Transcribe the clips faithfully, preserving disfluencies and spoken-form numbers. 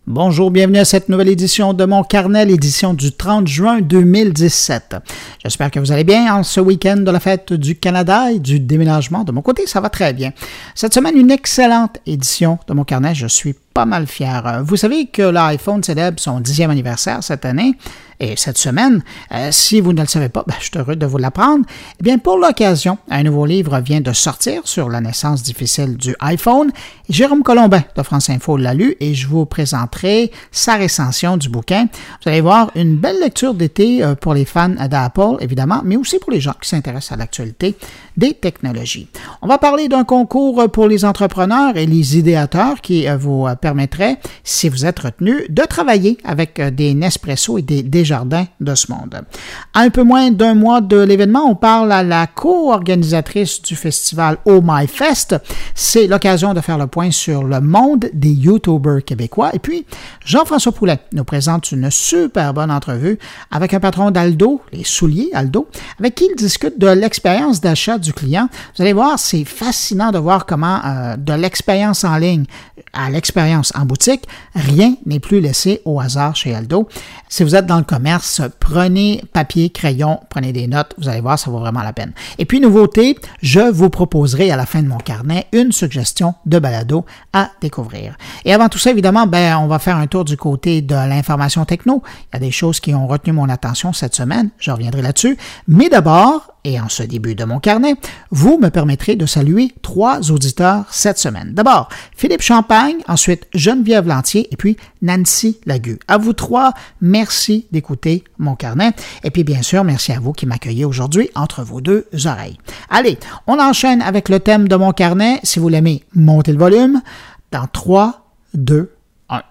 Bonjour, bienvenue à cette nouvelle édition de mon carnet, l'édition du trente juin deux mille dix-sept. J'espère que vous allez bien en ce week-end de la fête du Canada et du déménagement. De mon côté, ça va très bien. Cette semaine, une excellente édition de mon carnet. Je suis pas mal fier. Vous savez que l'iPhone célèbre son dixième anniversaire cette année et cette semaine. Euh, si vous ne le savez pas, ben, je suis heureux de vous l'apprendre. Eh bien, pour l'occasion, un nouveau livre vient de sortir sur la naissance difficile du iPhone. Jérôme Colombin de France Info l'a lu et je vous présenterai sa recension du bouquin. Vous allez voir une belle lecture d'été pour les fans d'Apple, évidemment, mais aussi pour les gens qui s'intéressent à l'actualité des technologies. On va parler d'un concours pour les entrepreneurs et les idéateurs qui vous permettrait, si vous êtes retenu, de travailler avec des Nespresso et des Desjardins de ce monde. À un peu moins d'un mois de l'événement, on parle à la co-organisatrice du festival Oh My Fest. C'est l'occasion de faire le point sur le monde des YouTubers québécois. Et puis, Jean-François Poulet nous présente une super bonne entrevue avec un patron d'Aldo, les souliers Aldo, avec qui il discute de l'expérience d'achat du client. Vous allez voir, c'est fascinant de voir comment euh, de l'expérience en ligne à l'expérience en boutique, rien n'est plus laissé au hasard chez Aldo. Si vous êtes dans le commerce, prenez papier, crayon, prenez des notes, vous allez voir, ça vaut vraiment la peine. Et puis, nouveauté, je vous proposerai à la fin de mon carnet une suggestion de balado à découvrir. Et avant tout ça, évidemment, ben, on va faire un tour du côté de l'information techno. Il y a des choses qui ont retenu mon attention cette semaine, je reviendrai là-dessus. Mais d'abord, et en ce début de mon carnet, vous me permettrez de saluer trois auditeurs cette semaine. D'abord, Philippe Champagne, ensuite Geneviève Lantier et puis Nancy Lagu. À vous trois, merci d'écouter mon carnet. Et puis bien sûr, merci à vous qui m'accueillez aujourd'hui entre vos deux oreilles. Allez, on enchaîne avec le thème de mon carnet. Si vous l'aimez, montez le volume. Dans trois, deux, un.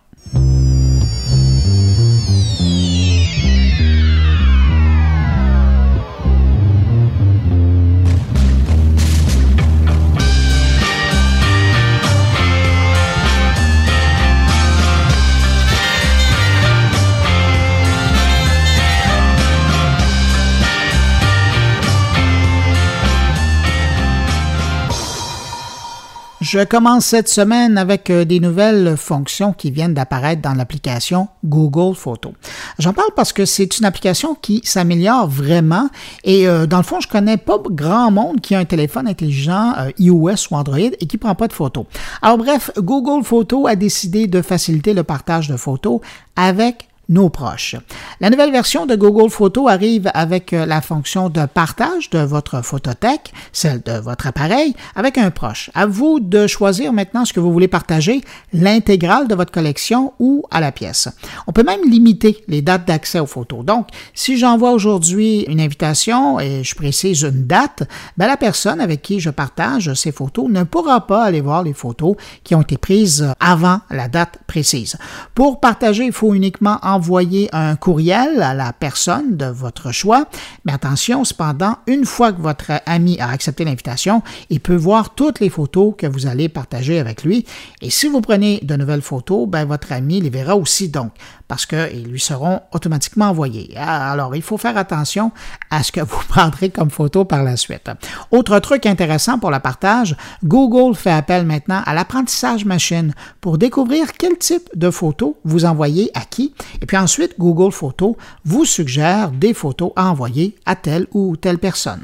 Je commence cette semaine avec des nouvelles fonctions qui viennent d'apparaître dans l'application Google Photos. J'en parle parce que c'est une application qui s'améliore vraiment et euh, dans le fond, je connais pas grand monde qui a un téléphone intelligent euh, iOS ou Android et qui prend pas de photos. Alors bref, Google Photos a décidé de faciliter le partage de photos avec nos proches. La nouvelle version de Google Photos arrive avec la fonction de partage de votre photothèque, celle de votre appareil, avec un proche. À vous de choisir maintenant ce que vous voulez partager, l'intégrale de votre collection ou à la pièce. On peut même limiter les dates d'accès aux photos. Donc, si j'envoie aujourd'hui une invitation et je précise une date, ben la personne avec qui je partage ces photos ne pourra pas aller voir les photos qui ont été prises avant la date précise. Pour partager, il faut uniquement envoyer envoyer un courriel à la personne de votre choix. Mais attention, cependant, une fois que votre ami a accepté l'invitation, il peut voir toutes les photos que vous allez partager avec lui. Et si vous prenez de nouvelles photos, ben, votre ami les verra aussi donc, parce qu'ils lui seront automatiquement envoyés. Alors, il faut faire attention à ce que vous prendrez comme photo par la suite. Autre truc intéressant pour le partage, Google fait appel maintenant à l'apprentissage machine pour découvrir quel type de photos vous envoyez à qui. Et puis ensuite, Google Photos vous suggère des photos à envoyer à telle ou telle personne.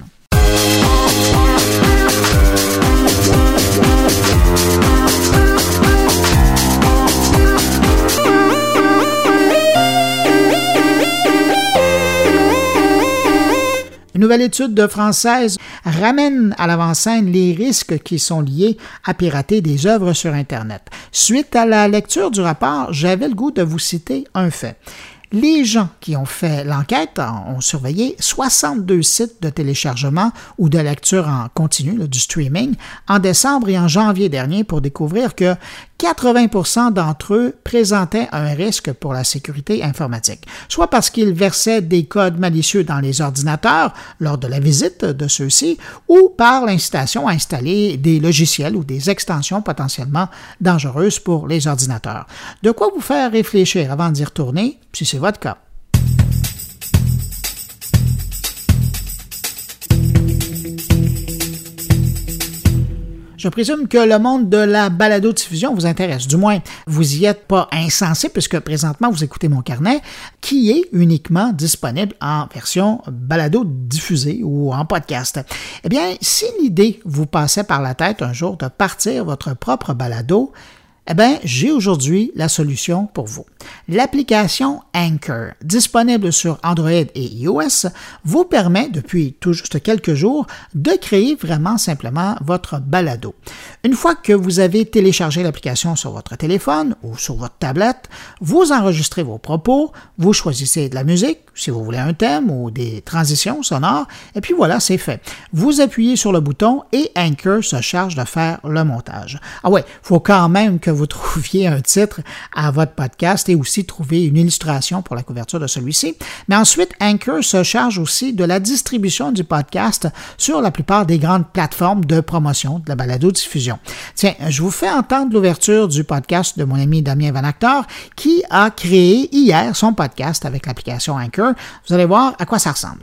Une nouvelle étude de Française ramène à l'avant-scène les risques qui sont liés à pirater des œuvres sur Internet. Suite à la lecture du rapport, j'avais le goût de vous citer un fait. Les gens qui ont fait l'enquête ont surveillé soixante-deux sites de téléchargement ou de lecture en continu, là, du streaming, en décembre et en janvier dernier pour découvrir que quatre-vingts pour cent d'entre eux présentaient un risque pour la sécurité informatique, soit parce qu'ils versaient des codes malicieux dans les ordinateurs lors de la visite de ceux-ci, ou par l'incitation à installer des logiciels ou des extensions potentiellement dangereuses pour les ordinateurs. De quoi vous faire réfléchir avant d'y retourner, si c'est votre cas. Je présume que le monde de la balado-diffusion vous intéresse. Du moins, vous y êtes pas insensé puisque présentement, vous écoutez mon carnet qui est uniquement disponible en version balado-diffusée ou en podcast. Eh bien, si l'idée vous passait par la tête un jour de partir votre propre balado, eh bien, j'ai aujourd'hui la solution pour vous. L'application Anchor, disponible sur Android et iOS, vous permet depuis tout juste quelques jours de créer vraiment simplement votre balado. Une fois que vous avez téléchargé l'application sur votre téléphone ou sur votre tablette, vous enregistrez vos propos, vous choisissez de la musique, si vous voulez un thème ou des transitions sonores, et puis voilà, c'est fait. Vous appuyez sur le bouton et Anchor se charge de faire le montage. Ah ouais, il faut quand même que vous trouviez un titre à votre podcast et aussi trouver une illustration pour la couverture de celui-ci. Mais ensuite, Anchor se charge aussi de la distribution du podcast sur la plupart des grandes plateformes de promotion de la balado-diffusion. Tiens, je vous fais entendre l'ouverture du podcast de mon ami Damien Van Actor qui a créé hier son podcast avec l'application Anchor. Vous allez voir à quoi ça ressemble.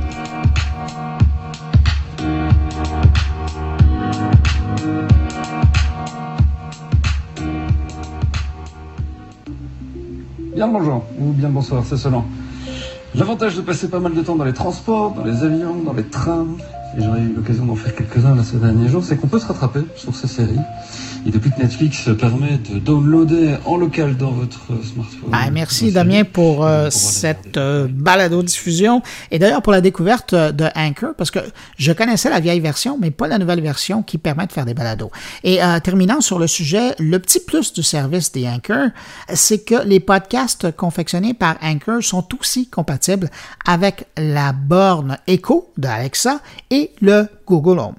Bien le bonjour, ou bien le bonsoir, c'est selon. L'avantage de passer pas mal de temps dans les transports, dans les avions, dans les trains, et j'aurais eu l'occasion d'en faire quelques-uns là ces derniers jours, c'est qu'on peut se rattraper sur ces séries. Et depuis que Netflix permet de downloader en local dans votre smartphone. Ah, merci Damien pour euh, cette euh, balado-diffusion et d'ailleurs pour la découverte de Anchor parce que je connaissais la vieille version mais pas la nouvelle version qui permet de faire des balados. Et euh, terminant sur le sujet, le petit plus du service des Anchor, c'est que les podcasts confectionnés par Anchor sont aussi compatibles avec la borne Echo de Alexa et le Google Home.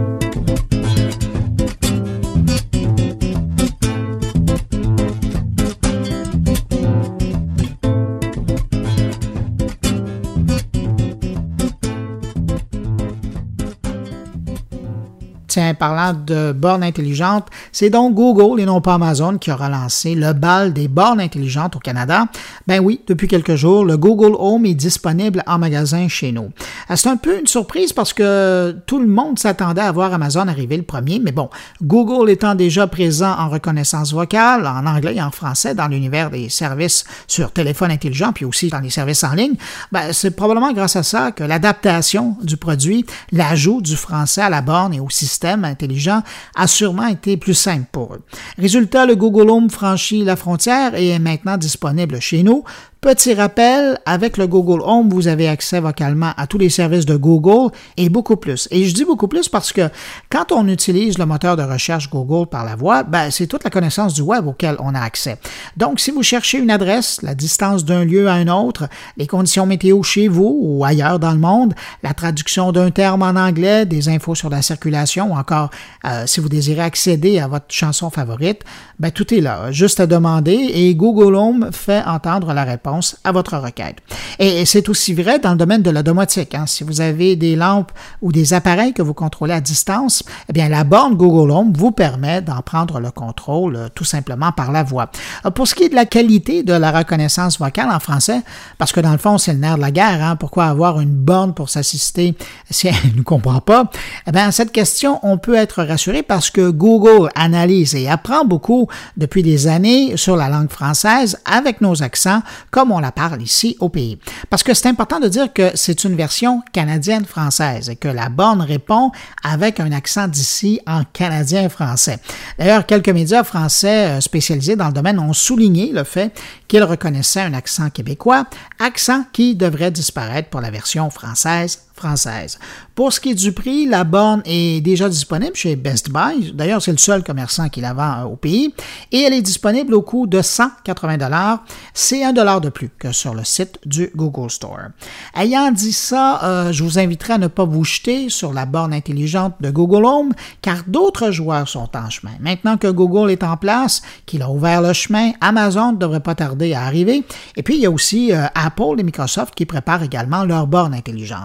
Tiens, parlant de bornes intelligentes, c'est donc Google et non pas Amazon qui aura lancé le bal des bornes intelligentes au Canada. Ben oui, depuis quelques jours, le Google Home est disponible en magasin chez nous. C'est un peu une surprise parce que tout le monde s'attendait à voir Amazon arriver le premier, mais bon, Google étant déjà présent en reconnaissance vocale, en anglais et en français dans l'univers des services sur téléphone intelligent, puis aussi dans les services en ligne, ben c'est probablement grâce à ça que l'adaptation du produit, l'ajout du français à la borne et au système intelligent a sûrement été plus simple pour eux. Résultat, le Google Home franchit la frontière et est maintenant disponible chez nous. Petit rappel, avec le Google Home, vous avez accès vocalement à tous les services de Google et beaucoup plus. Et je dis beaucoup plus parce que quand on utilise le moteur de recherche Google par la voix, ben, c'est toute la connaissance du web auquel on a accès. Donc, si vous cherchez une adresse, la distance d'un lieu à un autre, les conditions météo chez vous ou ailleurs dans le monde, la traduction d'un terme en anglais, des infos sur la circulation ou encore euh, si vous désirez accéder à votre chanson favorite, ben, tout est là, juste à demander et Google Home fait entendre la réponse à votre requête. Et c'est aussi vrai dans le domaine de la domotique. Hein. Si vous avez des lampes ou des appareils que vous contrôlez à distance, eh bien la borne Google Home vous permet d'en prendre le contrôle euh, tout simplement par la voix. Euh, pour ce qui est de la qualité de la reconnaissance vocale en français, parce que dans le fond, c'est le nerf de la guerre, hein, pourquoi avoir une borne pour s'assister si elle ne comprend pas? Eh bien, cette question, on peut être rassuré parce que Google analyse et apprend beaucoup depuis des années sur la langue française avec nos accents, comme on la parle ici au pays. Parce que c'est important de dire que c'est une version canadienne-française et que la borne répond avec un accent d'ici en canadien-français. D'ailleurs, quelques médias français spécialisés dans le domaine ont souligné le fait qu'ils reconnaissaient un accent québécois, accent qui devrait disparaître pour la version française française. Pour ce qui est du prix, la borne est déjà disponible chez Best Buy. D'ailleurs, c'est le seul commerçant qui la vend au pays. Et elle est disponible au coût de cent quatre-vingts dollars. C'est un dollar de plus que sur le site du Google Store. Ayant dit ça, euh, je vous inviterai à ne pas vous jeter sur la borne intelligente de Google Home, car d'autres joueurs sont en chemin. Maintenant que Google est en place, qu'il a ouvert le chemin, Amazon ne devrait pas tarder à arriver. Et puis, il y a aussi euh, Apple et Microsoft qui préparent également leur borne intelligente.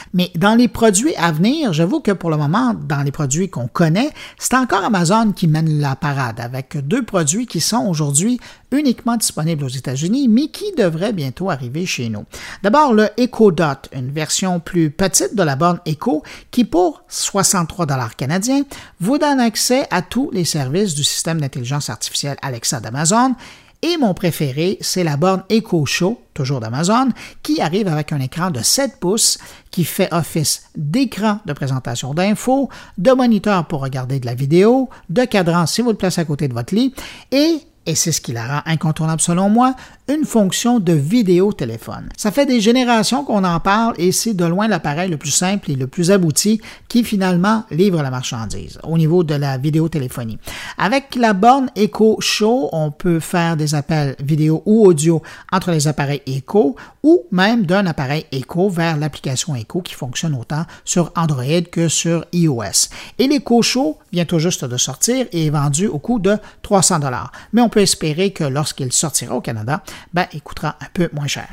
Mais dans les produits à venir, j'avoue que pour le moment, dans les produits qu'on connaît, c'est encore Amazon qui mène la parade avec deux produits qui sont aujourd'hui uniquement disponibles aux États-Unis, mais qui devraient bientôt arriver chez nous. D'abord, le Echo Dot, une version plus petite de la borne Echo qui, pour soixante-trois dollars canadiens, vous donne accès à tous les services du système d'intelligence artificielle Alexa d'Amazon. Et mon préféré, c'est la borne Echo Show, toujours d'Amazon, qui arrive avec un écran de sept pouces qui fait office d'écran de présentation d'infos, de moniteur pour regarder de la vidéo, de cadran si vous le placez à côté de votre lit et et c'est ce qui la rend incontournable selon moi, une fonction de vidéo-téléphone. Ça fait des générations qu'on en parle et c'est de loin l'appareil le plus simple et le plus abouti qui finalement livre la marchandise au niveau de la vidéotéléphonie. Avec la borne Echo Show, on peut faire des appels vidéo ou audio entre les appareils Echo ou même d'un appareil Echo vers l'application Echo qui fonctionne autant sur Android que sur iOS. Et l'Echo Show vient tout juste de sortir et est vendu au coût de trois cents dollars. Mais on peut espérer que lorsqu'il sortira au Canada, ben, il coûtera un peu moins cher.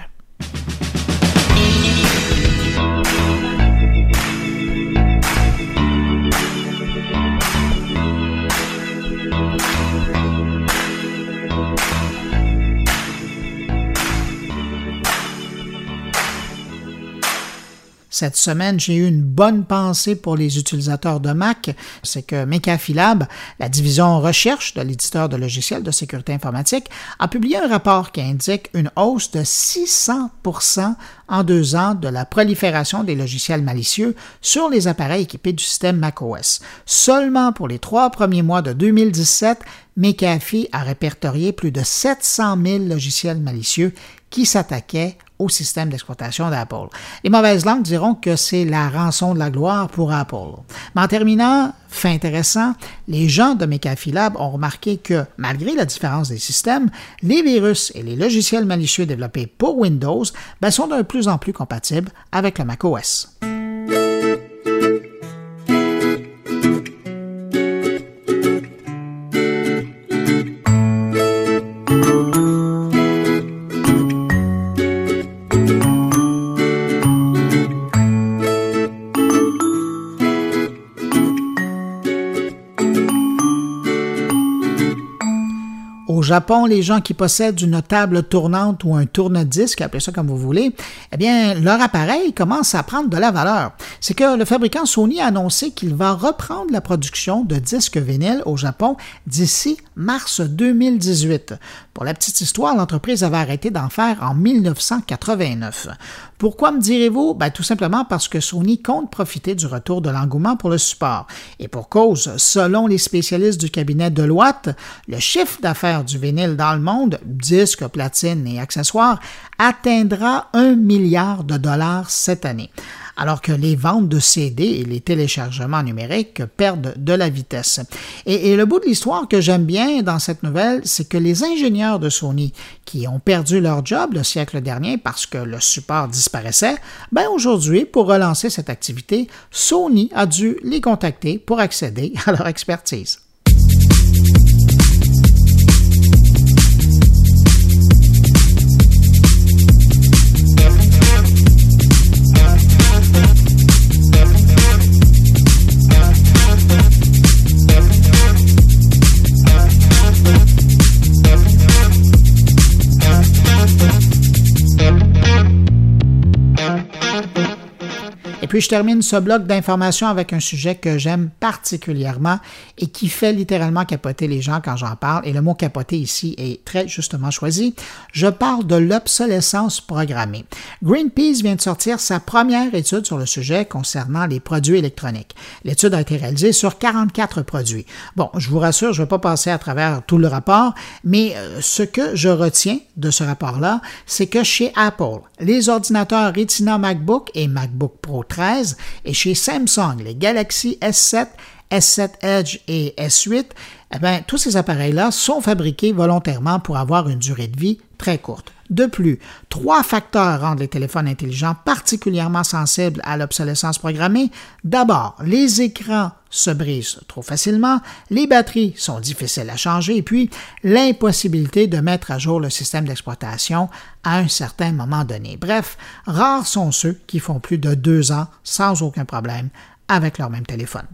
Cette semaine, j'ai eu une bonne pensée pour les utilisateurs de Mac. C'est que McAfee Lab, la division recherche de l'éditeur de logiciels de sécurité informatique, a publié un rapport qui indique une hausse de six cents pour cent en deux ans de la prolifération des logiciels malicieux sur les appareils équipés du système macOS. Seulement pour les trois premiers mois de deux mille dix-sept, McAfee a répertorié plus de sept cent mille logiciels malicieux qui s'attaquaient au système d'exploitation d'Apple. Les mauvaises langues diront que c'est la rançon de la gloire pour Apple. Mais en terminant, fait intéressant, les gens de McAfee Lab ont remarqué que, malgré la différence des systèmes, les virus et les logiciels malicieux développés pour Windows ben, sont de plus en plus compatibles avec le macOS. Au Japon, les gens qui possèdent une table tournante ou un tourne-disque, appelez ça comme vous voulez, eh bien, leur appareil commence à prendre de la valeur. C'est que le fabricant Sony a annoncé qu'il va reprendre la production de disques vinyles au Japon d'ici mars deux mille dix-huit. Pour la petite histoire, l'entreprise avait arrêté d'en faire en mille neuf cent quatre-vingt-neuf. Pourquoi me direz-vous? Ben, tout simplement parce que Sony compte profiter du retour de l'engouement pour le support. Et pour cause, selon les spécialistes du cabinet Deloitte, le chiffre d'affaires du vinyle dans le monde, disques, platines et accessoires, atteindra un milliard de dollars cette année, alors que les ventes de C D et les téléchargements numériques perdent de la vitesse. Et, et le bout de l'histoire que j'aime bien dans cette nouvelle, c'est que les ingénieurs de Sony qui ont perdu leur job le siècle dernier parce que le support disparaissait, ben aujourd'hui, pour relancer cette activité, Sony a dû les contacter pour accéder à leur expertise. Et puis, je termine ce bloc d'informations avec un sujet que j'aime particulièrement et qui fait littéralement capoter les gens quand j'en parle. Et le mot capoter ici est très justement choisi. Je parle de l'obsolescence programmée. Greenpeace vient de sortir sa première étude sur le sujet concernant les produits électroniques. L'étude a été réalisée sur quarante-quatre produits. Bon, je vous rassure, je ne vais pas passer à travers tout le rapport, mais ce que je retiens de ce rapport-là, c'est que chez Apple, les ordinateurs Retina MacBook et MacBook Pro treize et chez Samsung, les Galaxy S sept, S sept Edge et S huit, eh bien, tous ces appareils-là sont fabriqués volontairement pour avoir une durée de vie très courte. De plus, trois facteurs rendent les téléphones intelligents particulièrement sensibles à l'obsolescence programmée. D'abord, les écrans se brisent trop facilement, les batteries sont difficiles à changer et puis l'impossibilité de mettre à jour le système d'exploitation à un certain moment donné. Bref, rares sont ceux qui font plus de deux ans sans aucun problème avec leur même téléphone.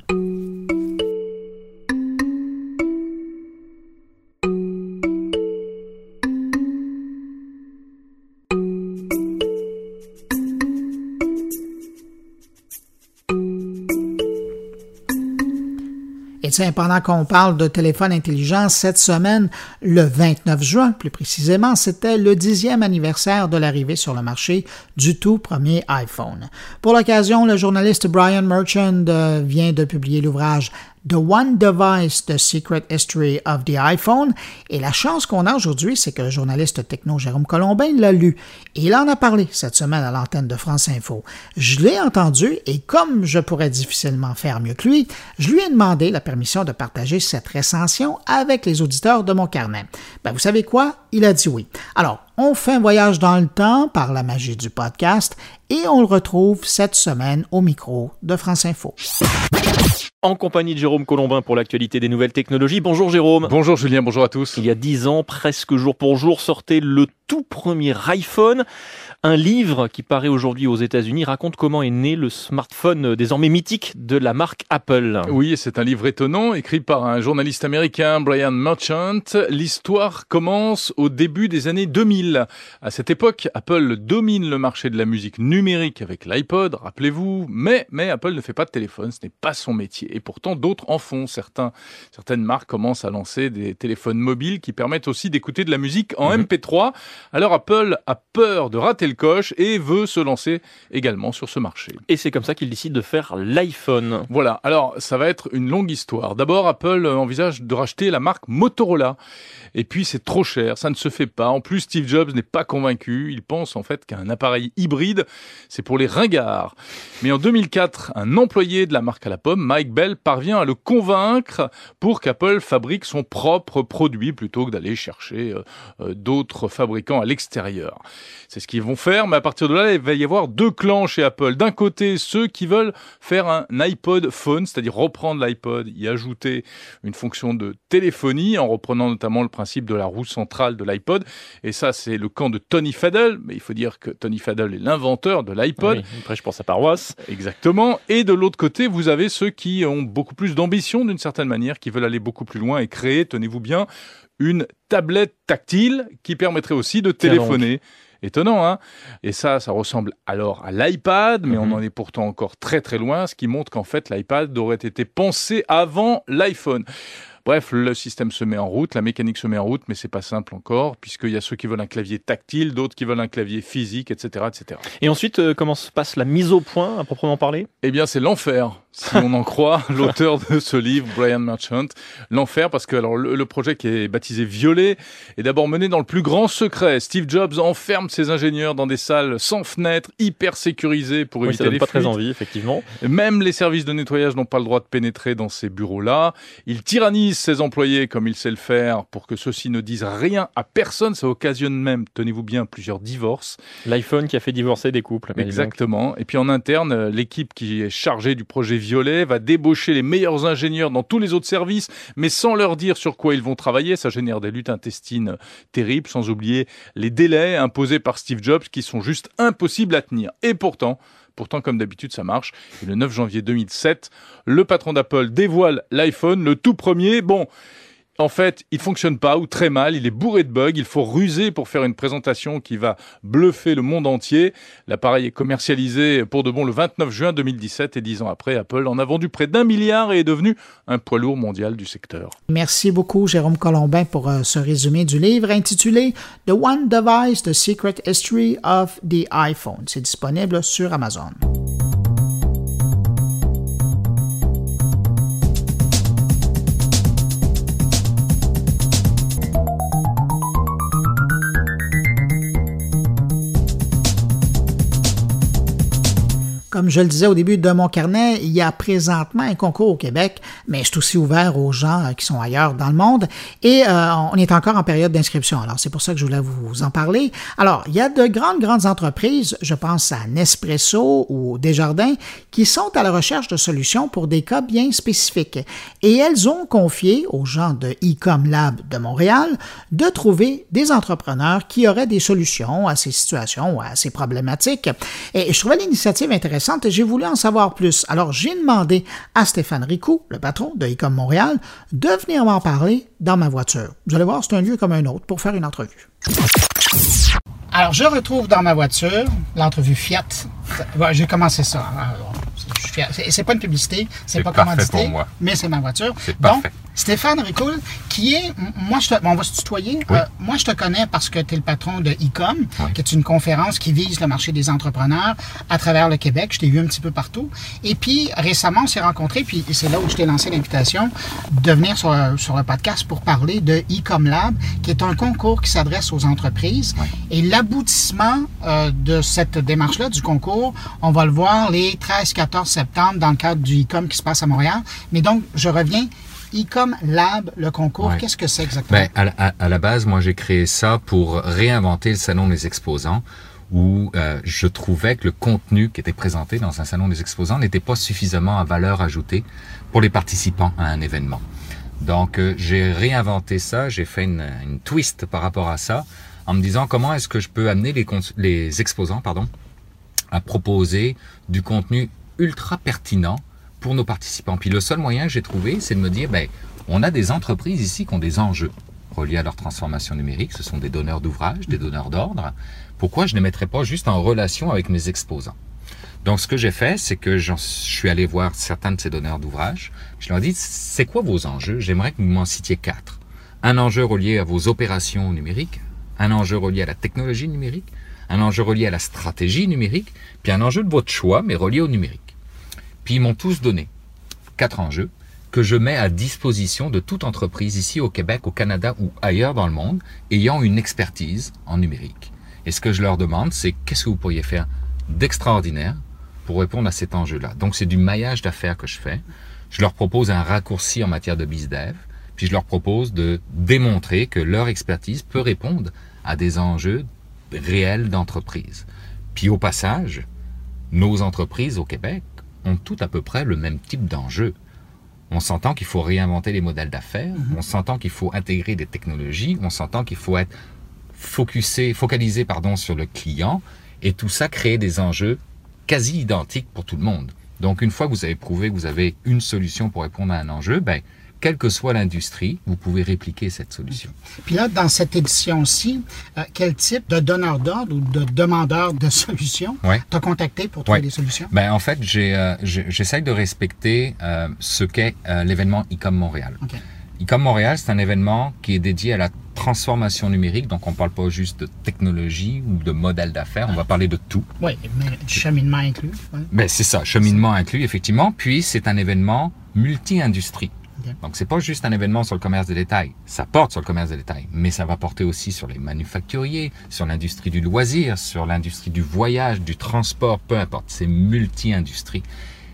Et tiens, pendant qu'on parle de téléphone intelligent, cette semaine, le vingt-neuf juin, plus précisément, c'était le dixième anniversaire de l'arrivée sur le marché du tout premier iPhone. Pour l'occasion, le journaliste Brian Merchant euh, vient de publier l'ouvrage The One Device, The Secret History of the iPhone. Et la chance qu'on a aujourd'hui, c'est que le journaliste techno Jérôme Colombin l'a lu. Et il en a parlé cette semaine à l'antenne de France Info. Je l'ai entendu et comme je pourrais difficilement faire mieux que lui, je lui ai demandé la permission de partager cette recension avec les auditeurs de mon carnet. Ben, vous savez quoi? Il a dit oui. Alors, on fait un voyage dans le temps par la magie du podcast et on le retrouve cette semaine au micro de France Info. En compagnie de Jérôme Colombin pour l'actualité des nouvelles technologies. Bonjour Jérôme. Bonjour Julien, bonjour à tous. Il y a dix ans, presque jour pour jour, sortait le tout premier iPhone. Un livre qui paraît aujourd'hui aux États-Unis raconte comment est né le smartphone désormais mythique de la marque Apple. Oui, c'est un livre étonnant, écrit par un journaliste américain, Brian Merchant. L'histoire commence au début des années deux mille. À cette époque, Apple domine le marché de la musique numérique avec l'iPod, rappelez-vous, mais, mais Apple ne fait pas de téléphone, ce n'est pas son métier. Et pourtant, d'autres en font. Certains, certaines marques commencent à lancer des téléphones mobiles qui permettent aussi d'écouter de la musique en mmh. M P trois. Alors Apple a peur de rater le coche et veut se lancer également sur ce marché. Et c'est comme ça qu'il décide de faire l'iPhone. Voilà, alors ça va être une longue histoire. D'abord, Apple envisage de racheter la marque Motorola. Et puis c'est trop cher, ça ne se fait pas. En plus, Steve Jobs n'est pas convaincu. Il pense en fait qu'un appareil hybride, c'est pour les ringards. Mais en deux mille quatre, un employé de la marque à la pomme, Mike Bell, parvient à le convaincre pour qu'Apple fabrique son propre produit plutôt que d'aller chercher euh, d'autres fabricants à l'extérieur. C'est ce qu'ils vont faire, mais à partir de là, il va y avoir deux clans chez Apple. D'un côté, ceux qui veulent faire un iPod phone, c'est-à-dire reprendre l'iPod, y ajouter une fonction de téléphonie, en reprenant notamment le principe de la roue centrale de l'iPod. Et ça, c'est le camp de Tony Fadell, mais il faut dire que Tony Fadell est l'inventeur de l'iPod. Oui, il prêche pour sa paroisse. Exactement. Et de l'autre côté, vous avez ceux qui ont beaucoup plus d'ambition d'une certaine manière, qui veulent aller beaucoup plus loin et créer, tenez-vous bien, une tablette tactile qui permettrait aussi de téléphoner. Étonnant, hein? Et ça, ça ressemble alors à l'iPad, mais mm-hmm. on en est pourtant encore très très loin, ce qui montre qu'en fait l'iPad aurait été pensé avant l'iPhone. Bref, le système se met en route, la mécanique se met en route, mais c'est pas simple encore, puisqu'il y a ceux qui veulent un clavier tactile, d'autres qui veulent un clavier physique, et cetera, et cetera. Et ensuite, euh, comment se passe la mise au point, à proprement parler? Eh bien, c'est l'enfer, si on en croit l'auteur de ce livre, Brian Merchant. L'enfer, parce que alors le, le projet qui est baptisé Violet est d'abord mené dans le plus grand secret. Steve Jobs enferme ses ingénieurs dans des salles sans fenêtres, hyper sécurisées pour oui, éviter ça donne les pas fuites. Très envie, effectivement. Même les services de nettoyage n'ont pas le droit de pénétrer dans ces bureaux-là. Il tyrannise ses employés comme il sait le faire pour que ceux-ci ne disent rien à personne. Ça occasionne même, tenez-vous bien, plusieurs divorces. L'iPhone qui a fait divorcer des couples. Exactement. Et puis en interne, l'équipe qui est chargée du projet Violet va débaucher les meilleurs ingénieurs dans tous les autres services, mais sans leur dire sur quoi ils vont travailler. Ça génère des luttes intestines terribles, sans oublier les délais imposés par Steve Jobs qui sont juste impossibles à tenir. Et pourtant... Pourtant, comme d'habitude, ça marche. Et le neuf janvier deux mille sept, le patron d'Apple dévoile l'iPhone, le tout premier. Bon, en fait, il fonctionne pas ou très mal. Il est bourré de bugs. Il faut ruser pour faire une présentation qui va bluffer le monde entier. L'appareil est commercialisé pour de bon le vingt-neuf juin deux mille dix-sept et dix ans après, Apple en a vendu près d'un milliard et est devenu un poids lourd mondial du secteur. Merci beaucoup, Jérôme Colombin, pour euh, ce résumé du livre intitulé The One Device, The Secret History of the iPhone. C'est disponible sur Amazon. Comme je le disais au début de mon carnet, il y a présentement un concours au Québec, mais je suis aussi ouvert aux gens euh, qui sont ailleurs dans le monde et euh, on est encore en période d'inscription. Alors, c'est pour ça que je voulais vous en parler. Alors, il y a de grandes, grandes entreprises, je pense à Nespresso ou Desjardins, qui sont à la recherche de solutions pour des cas bien spécifiques. Et elles ont confié aux gens de Ecom Lab de Montréal de trouver des entrepreneurs qui auraient des solutions à ces situations ou à ces problématiques. Et je trouvais l'initiative intéressante. J'ai voulu en savoir plus. Alors, j'ai demandé à Stéphane Ricou, le patron de Ecom Montréal, de venir m'en parler dans ma voiture. Vous allez voir, c'est un lieu comme un autre pour faire une entrevue. Alors, je retrouve dans ma voiture l'entrevue Fiat. Ouais, j'ai commencé ça. Alors, c'est, c'est pas une publicité, c'est, c'est pas commandité, mais c'est ma voiture. C'est Donc, parfait. Stéphane Ricoul, qui est, moi je te, bon, on va se tutoyer, Oui. euh, moi je te connais parce que tu es le patron de Ecom, Oui. qui est une conférence qui vise le marché des entrepreneurs à travers le Québec. Je t'ai vu un petit peu partout. Et puis récemment, on s'est rencontrés, puis c'est là où je t'ai lancé l'invitation de venir sur, sur le podcast pour parler de Ecom Lab, qui est un concours qui s'adresse aux entreprises. Oui. Et l'aboutissement euh, de cette démarche-là, du concours, on va le voir les treize quatorze septembre dans le cadre du Ecom qui se passe à Montréal. Mais donc, je reviens. Ecom Lab, le concours, ouais. Qu'est-ce que c'est exactement? Ben, à, à, à la base, moi, j'ai créé ça pour réinventer le salon des exposants où euh, je trouvais que le contenu qui était présenté dans un salon des exposants n'était pas suffisamment à valeur ajoutée pour les participants à un événement. Donc, euh, j'ai réinventé ça, j'ai fait une, une twist par rapport à ça en me disant comment est-ce que je peux amener les, les exposants pardon, à proposer du contenu ultra pertinent pour nos participants. Puis le seul moyen que j'ai trouvé, c'est de me dire, ben, on a des entreprises ici qui ont des enjeux reliés à leur transformation numérique. Ce sont des donneurs d'ouvrages, des donneurs d'ordre. Pourquoi je ne les mettrais pas juste en relation avec mes exposants? Donc, ce que j'ai fait, c'est que je suis allé voir certains de ces donneurs d'ouvrages. Je leur ai dit, c'est quoi vos enjeux? J'aimerais que vous m'en citiez quatre. Un enjeu relié à vos opérations numériques, un enjeu relié à la technologie numérique, un enjeu relié à la stratégie numérique, puis un enjeu de votre choix, mais relié au numérique. Puis ils m'ont tous donné quatre enjeux que je mets à disposition de toute entreprise ici au Québec, au Canada ou ailleurs dans le monde, ayant une expertise en numérique. Et ce que je leur demande, c'est qu'est-ce que vous pourriez faire d'extraordinaire pour répondre à cet enjeu-là. Donc c'est du maillage d'affaires que je fais. Je leur propose un raccourci en matière de BizDev, puis je leur propose de démontrer que leur expertise peut répondre à des enjeux réels d'entreprise. Puis au passage, nos entreprises au Québec ont tout à peu près le même type d'enjeu. On s'entend qu'il faut réinventer les modèles d'affaires, mm-hmm. on s'entend qu'il faut intégrer des technologies, on s'entend qu'il faut être focusé, focalisé pardon, sur le client, et tout ça crée des enjeux quasi identiques pour tout le monde. Donc une fois que vous avez prouvé que vous avez une solution pour répondre à un enjeu, ben, quelle que soit l'industrie, vous pouvez répliquer cette solution. Puis là, dans cette édition-ci, euh, quel type de donneur d'ordre ou de demandeur de solutions ouais. t'as contacté pour trouver ouais. des solutions? Ben, en fait, j'ai, euh, j'essaye de respecter euh, ce qu'est euh, l'événement Ecom Montréal. Okay. Ecom Montréal, c'est un événement qui est dédié à la transformation numérique, donc on ne parle pas juste de technologie ou de modèle d'affaires, on va parler de tout. Oui, mais du cheminement inclus. Ouais. Ben, c'est ça, cheminement inclus, effectivement. Puis, c'est un événement multi-industrie. Okay. Donc, c'est pas juste un événement sur le commerce de détail. Ça porte sur le commerce de détail, mais ça va porter aussi sur les manufacturiers, sur l'industrie du loisir, sur l'industrie du voyage, du transport, peu importe. C'est multi-industrie.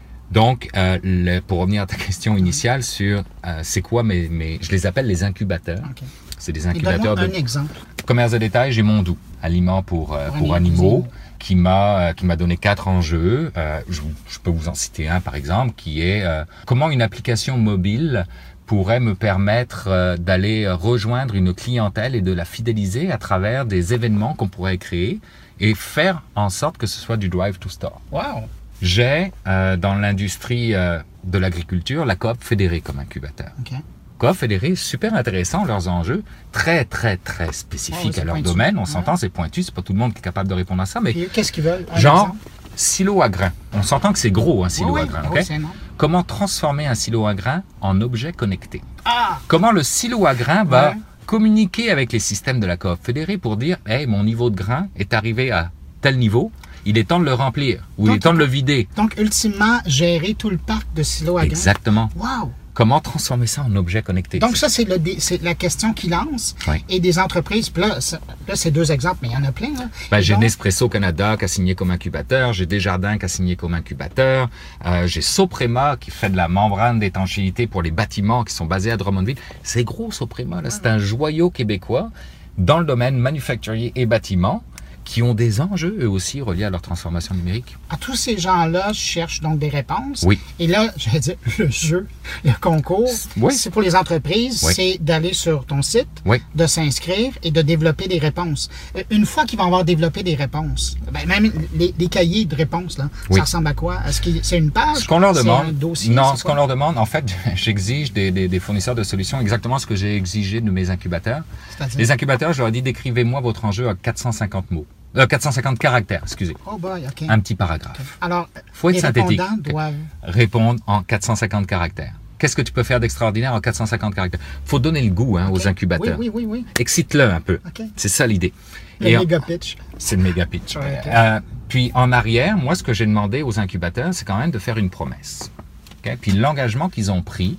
Donc, euh, le, pour revenir à ta question initiale sur euh, c'est quoi mes, mes... Je les appelle les incubateurs. Okay. C'est des incubateurs de... un exemple. Commerce de détail, j'ai Mondou, aliment pour, euh, pour, pour animaux, qui m'a, euh, qui m'a donné quatre enjeux. Euh, je, je peux vous en citer un, par exemple, qui est euh, comment une application mobile pourrait me permettre euh, d'aller rejoindre une clientèle et de la fidéliser à travers des événements qu'on pourrait créer et faire en sorte que ce soit du drive to store. Wow! J'ai, euh, dans l'industrie euh, de l'agriculture, la Coop Fédérée comme incubateur. Okay. Coop Fédérée, super intéressant, leurs enjeux, très, très, très spécifiques oh, à leur pointu. domaine. On ouais. s'entend, c'est pointu, c'est pas tout le monde qui est capable de répondre à ça, mais... Puis, qu'est-ce qu'ils veulent? Un genre, exemple? silo à grains. On s'entend que c'est gros, un silo oui, à grains. Oui, okay? Comment transformer un silo à grains en objet connecté? Ah! Comment le silo à grains va ouais. communiquer avec les systèmes de la Coop Fédérée pour dire, hey, mon niveau de grain est arrivé à tel niveau, il est temps de le remplir, ou donc, il est temps de le vider. Donc, ultimement, gérer tout le parc de silos à grains. Exactement. Wow! comment transformer ça en objet connecté. Donc ça, c'est, le, c'est la question qui lance. Oui. Et des entreprises, puis là, là, c'est deux exemples, mais il y en a plein. Là. Ben, j'ai donc... Nespresso Canada qui a signé comme incubateur, j'ai Desjardins qui a signé comme incubateur, euh, j'ai Soprema qui fait de la membrane d'étanchéité pour les bâtiments qui sont basés à Drummondville. C'est gros, Soprema, là. C'est un joyau québécois dans le domaine manufacturier et bâtiment, qui ont des enjeux, eux aussi, reliés à leur transformation numérique. À tous ces gens-là cherchent donc des réponses. Oui. Et là, je vais dire, le jeu, le concours, oui. c'est pour les entreprises, oui. c'est d'aller sur ton site, oui. de s'inscrire et de développer des réponses. Une fois qu'ils vont avoir développé des réponses, ben même les, les cahiers de réponses, là, oui. ça ressemble à quoi? Est-ce que c'est une page? Ce qu'on leur demande, c'est un dossier, non, c'est ce qu'on leur demande, en fait, j'exige des, des, des fournisseurs de solutions exactement ce que j'ai exigé de mes incubateurs. C'est-à-dire? Les incubateurs, je leur ai dit, décrivez-moi votre enjeu à quatre cent cinquante mots. Euh, quatre cent cinquante caractères, excusez. Oh boy, OK. Un petit paragraphe. Okay. Alors, faut être les synthétique. Doivent... Répondre en quatre cent cinquante caractères. Qu'est-ce que tu peux faire d'extraordinaire en quatre cent cinquante caractères? Faut donner le goût hein, okay. aux incubateurs. Oui, oui, oui. oui. Excite-le un peu. Okay. C'est ça l'idée. Le Et méga pitch. C'est le méga pitch. Ouais, okay. euh, puis en arrière, moi, ce que j'ai demandé aux incubateurs, c'est quand même de faire une promesse. Okay? Puis l'engagement qu'ils ont pris,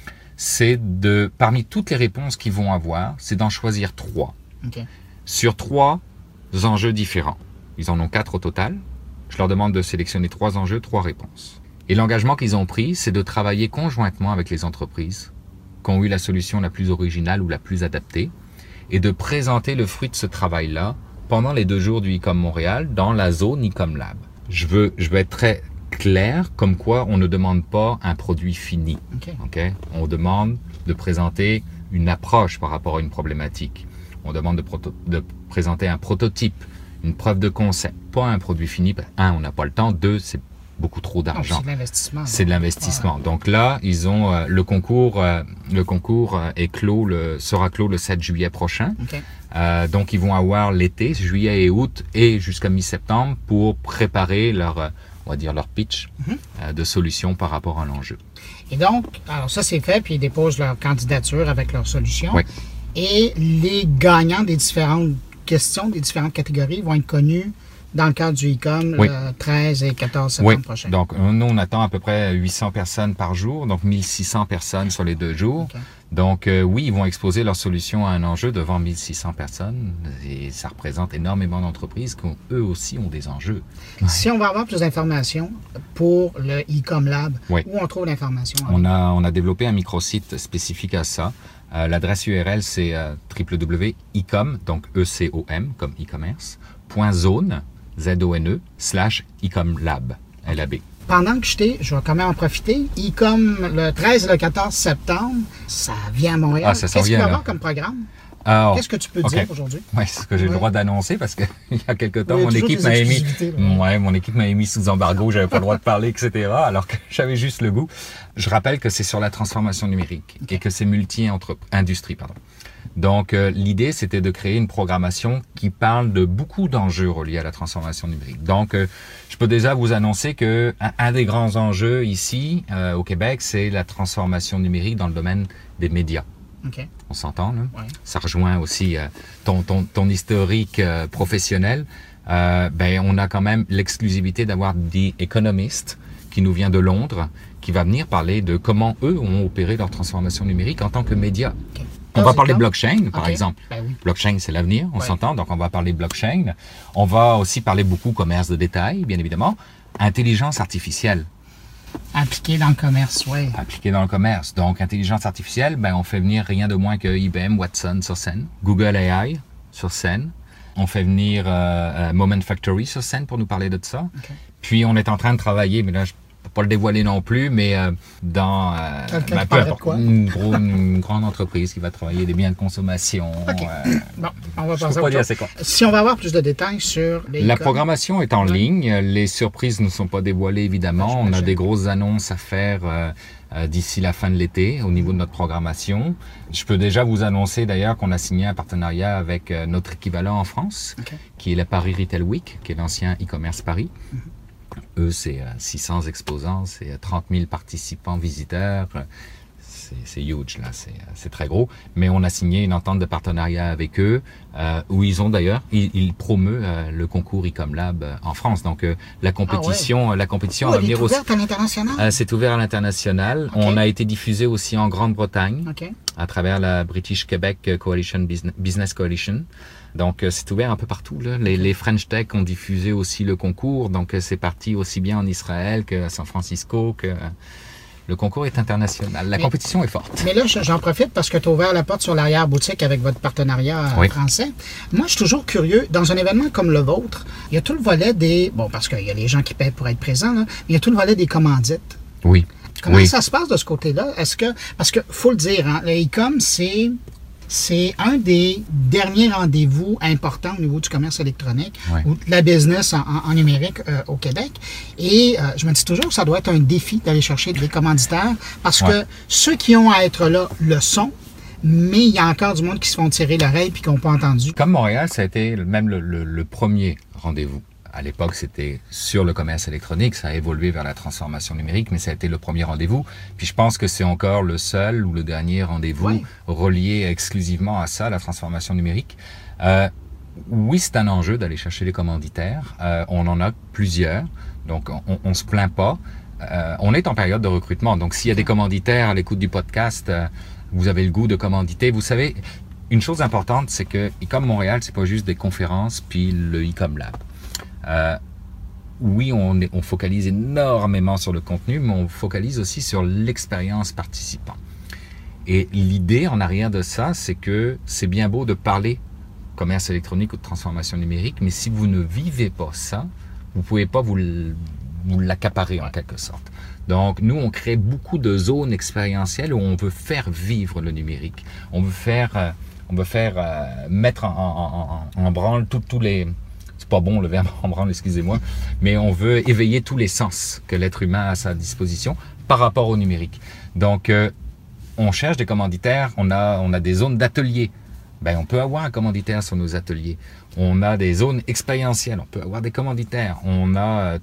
c'est de, parmi toutes les réponses qu'ils vont avoir, c'est d'en choisir trois. Okay. Sur trois enjeux différents. Ils en ont quatre au total. Je leur demande de sélectionner trois enjeux, trois réponses. Et l'engagement qu'ils ont pris, c'est de travailler conjointement avec les entreprises qui ont eu la solution la plus originale ou la plus adaptée et de présenter le fruit de ce travail-là pendant les deux jours du e-com Montréal dans la zone e-com Lab. Je veux, je veux être très clair, comme quoi on ne demande pas un produit fini. Okay. Okay? On demande de présenter une approche par rapport à une problématique. On demande de, proto- de présenter un prototype, une preuve de concept, pas un produit fini. Un, on n'a pas le temps. Deux, c'est beaucoup trop d'argent. Non, c'est de l'investissement. C'est de l'investissement. Ouais. Donc là, ils ont euh, le concours. Euh, le concours euh, est clos, le, sera clos le sept juillet prochain. Okay. Euh, donc ils vont avoir l'été, juillet et août, et jusqu'à mi-septembre pour préparer leur, euh, on va dire leur pitch mm-hmm. euh, de solution par rapport à l'enjeu. Et donc, alors ça c'est fait, puis ils déposent leur candidature avec leur solution. Oui. Et les gagnants des différentes questions, des différentes catégories vont être connus dans le cadre du e-com oui. le treize et quatorze septembre oui. prochain. Donc, nous, on attend à peu près huit cents personnes par jour, donc mille six cents personnes sur les deux jours. Okay. Donc, euh, oui, ils vont exposer leur solution à un enjeu devant mille six cents personnes et ça représente énormément d'entreprises qui, ont, eux aussi, ont des enjeux. Si on va avoir plus d'informations pour le e-com Lab, oui. où on trouve l'information? On a, on a développé un microsite spécifique à ça. Euh, l'adresse U R L, c'est euh, w w w point ecom, donc E C O M, comme e-commerce, point zone, Z O N E, slash ecom lab, L A B. Pendant que je t'ai, je vais quand même en profiter, e-com le treize et le quatorze septembre, ça vient à Montréal. Ah, ça Qu'est-ce qu'il va y là. avoir comme programme? Alors, Qu'est-ce que tu peux okay. dire aujourd'hui? Oui, c'est ce que j'ai ouais. le droit d'annoncer parce qu'il y a quelque temps, oui, mon, équipe m'a émis, là. ouais, mon équipe m'a émis sous embargo, j'avais pas le droit de parler, et cetera, alors que j'avais juste le goût. Je rappelle que c'est sur la transformation numérique okay. et que c'est multi-industrie. Pardon. Donc, euh, l'idée, c'était de créer une programmation qui parle de beaucoup d'enjeux reliés à la transformation numérique. Donc, euh, je peux déjà vous annoncer que un, un des grands enjeux ici, euh, au Québec, c'est la transformation numérique dans le domaine des médias. Okay. On s'entend, là? Ouais. Ça rejoint aussi euh, ton, ton, ton historique euh, professionnel. Euh, ben, on a quand même l'exclusivité d'avoir The Economist, qui nous vient de Londres, qui va venir parler de comment eux ont opéré leur transformation numérique en tant que médias. Okay. On va parler de blockchain, par okay. exemple. Ben oui. Blockchain, c'est l'avenir, on ouais. s'entend, donc on va parler de blockchain. On va aussi parler beaucoup commerce de détail, bien évidemment. Intelligence artificielle. Appliqué dans le commerce, oui. Appliqué dans le commerce. Donc, intelligence artificielle, ben, on fait venir rien de moins que I B M Watson sur scène, Google A I sur scène. On fait venir euh, Moment Factory sur scène pour nous parler de ça. Okay. Puis, on est en train de travailler, mais là, je ne peux pas le dévoiler non plus, mais euh, dans euh, ben, peu importe, quoi? Une, gros, une grande entreprise qui va travailler des biens de consommation. Okay. Euh, bon, on va je passer peux pas dire c'est quoi. Si on va avoir plus de détails sur les La programmation est en oui. ligne. Les surprises ne sont pas dévoilées, évidemment. On a des grosses annonces à faire euh, euh, d'ici la fin de l'été au niveau de notre programmation. Je peux déjà vous annoncer d'ailleurs qu'on a signé un partenariat avec euh, notre équivalent en France, okay. qui est la Paris Retail Week, qui est l'ancien e-commerce Paris. Mm-hmm. Eux, c'est euh, six cents exposants, c'est trente mille participants, visiteurs. c'est, c'est huge, là, c'est, c'est très gros. Mais on a signé une entente de partenariat avec eux, euh, où ils ont d'ailleurs, ils, ils promeuvent euh, le concours Ecom Lab euh, en France. Donc euh, la compétition, ah ouais. la compétition oh, va venir aussi. C'est ouvert à l'international. Euh, c'est ouvert à l'international. Okay. On a été diffusé aussi en Grande-Bretagne, okay. à travers la British Quebec Coalition Business, Business Coalition. Donc, euh, c'est ouvert un peu partout, là. Les, les French Tech ont diffusé aussi le concours. Donc, euh, c'est parti aussi bien en Israël qu'à San Francisco. Que, euh, le concours est international. La mais, compétition est forte. Mais là, j'en profite parce que tu as ouvert la porte sur l'arrière-boutique avec votre partenariat oui. français. Moi, je suis toujours curieux. Dans un événement comme le vôtre, il y a tout le volet des... Bon, parce qu'il y a les gens qui paient pour être présents, là, mais il y a tout le volet des commandites. Oui. Comment oui. ça se passe de ce côté-là? Est-ce que... Parce que, faut le dire, hein, le e-com, c'est... C'est un des derniers rendez-vous importants au niveau du commerce électronique ouais. ou de la business en, en, en numérique euh, au Québec. Et euh, je me dis toujours que ça doit être un défi d'aller chercher des commanditaires parce ouais. que ceux qui ont à être là le sont, mais il y a encore du monde qui se font tirer l'oreille et qui n'ont pas entendu. Comme Montréal, ça a été même le, le, le premier rendez-vous. À l'époque, c'était sur le commerce électronique, ça a évolué vers la transformation numérique, mais ça a été le premier rendez-vous. Puis je pense que c'est encore le seul ou le dernier rendez-vous oui. relié exclusivement à ça, la transformation numérique. Euh, oui, c'est un enjeu d'aller chercher les commanditaires. Euh, on en a plusieurs, donc on, on se plaint pas. Euh, on est en période de recrutement, donc s'il y a des commanditaires à l'écoute du podcast, euh, vous avez le goût de commanditer. Vous savez, une chose importante, c'est que Ecom Montréal, c'est pas juste des conférences puis le Ecom Lab. Euh, oui, on, est, on focalise énormément sur le contenu, mais on focalise aussi sur l'expérience participant. Et l'idée en arrière de ça, c'est que c'est bien beau de parler commerce électronique ou de transformation numérique, mais si vous ne vivez pas ça, vous ne pouvez pas vous, vous l'accaparer en quelque sorte. Donc, nous, on crée beaucoup de zones expérientielles où on veut faire vivre le numérique. On veut faire, euh, on veut faire euh, mettre en, en, en, en branle tous les... C'est pas bon le verbe en branle, excusez-moi, mais on veut éveiller tous les sens que l'être humain a à sa disposition par rapport au numérique. Donc, euh, on cherche des commanditaires, on a, on a des zones d'ateliers. Ben, on peut avoir un commanditaire sur nos ateliers. On a des zones expérientielles, on peut avoir des commanditaires. On a, euh,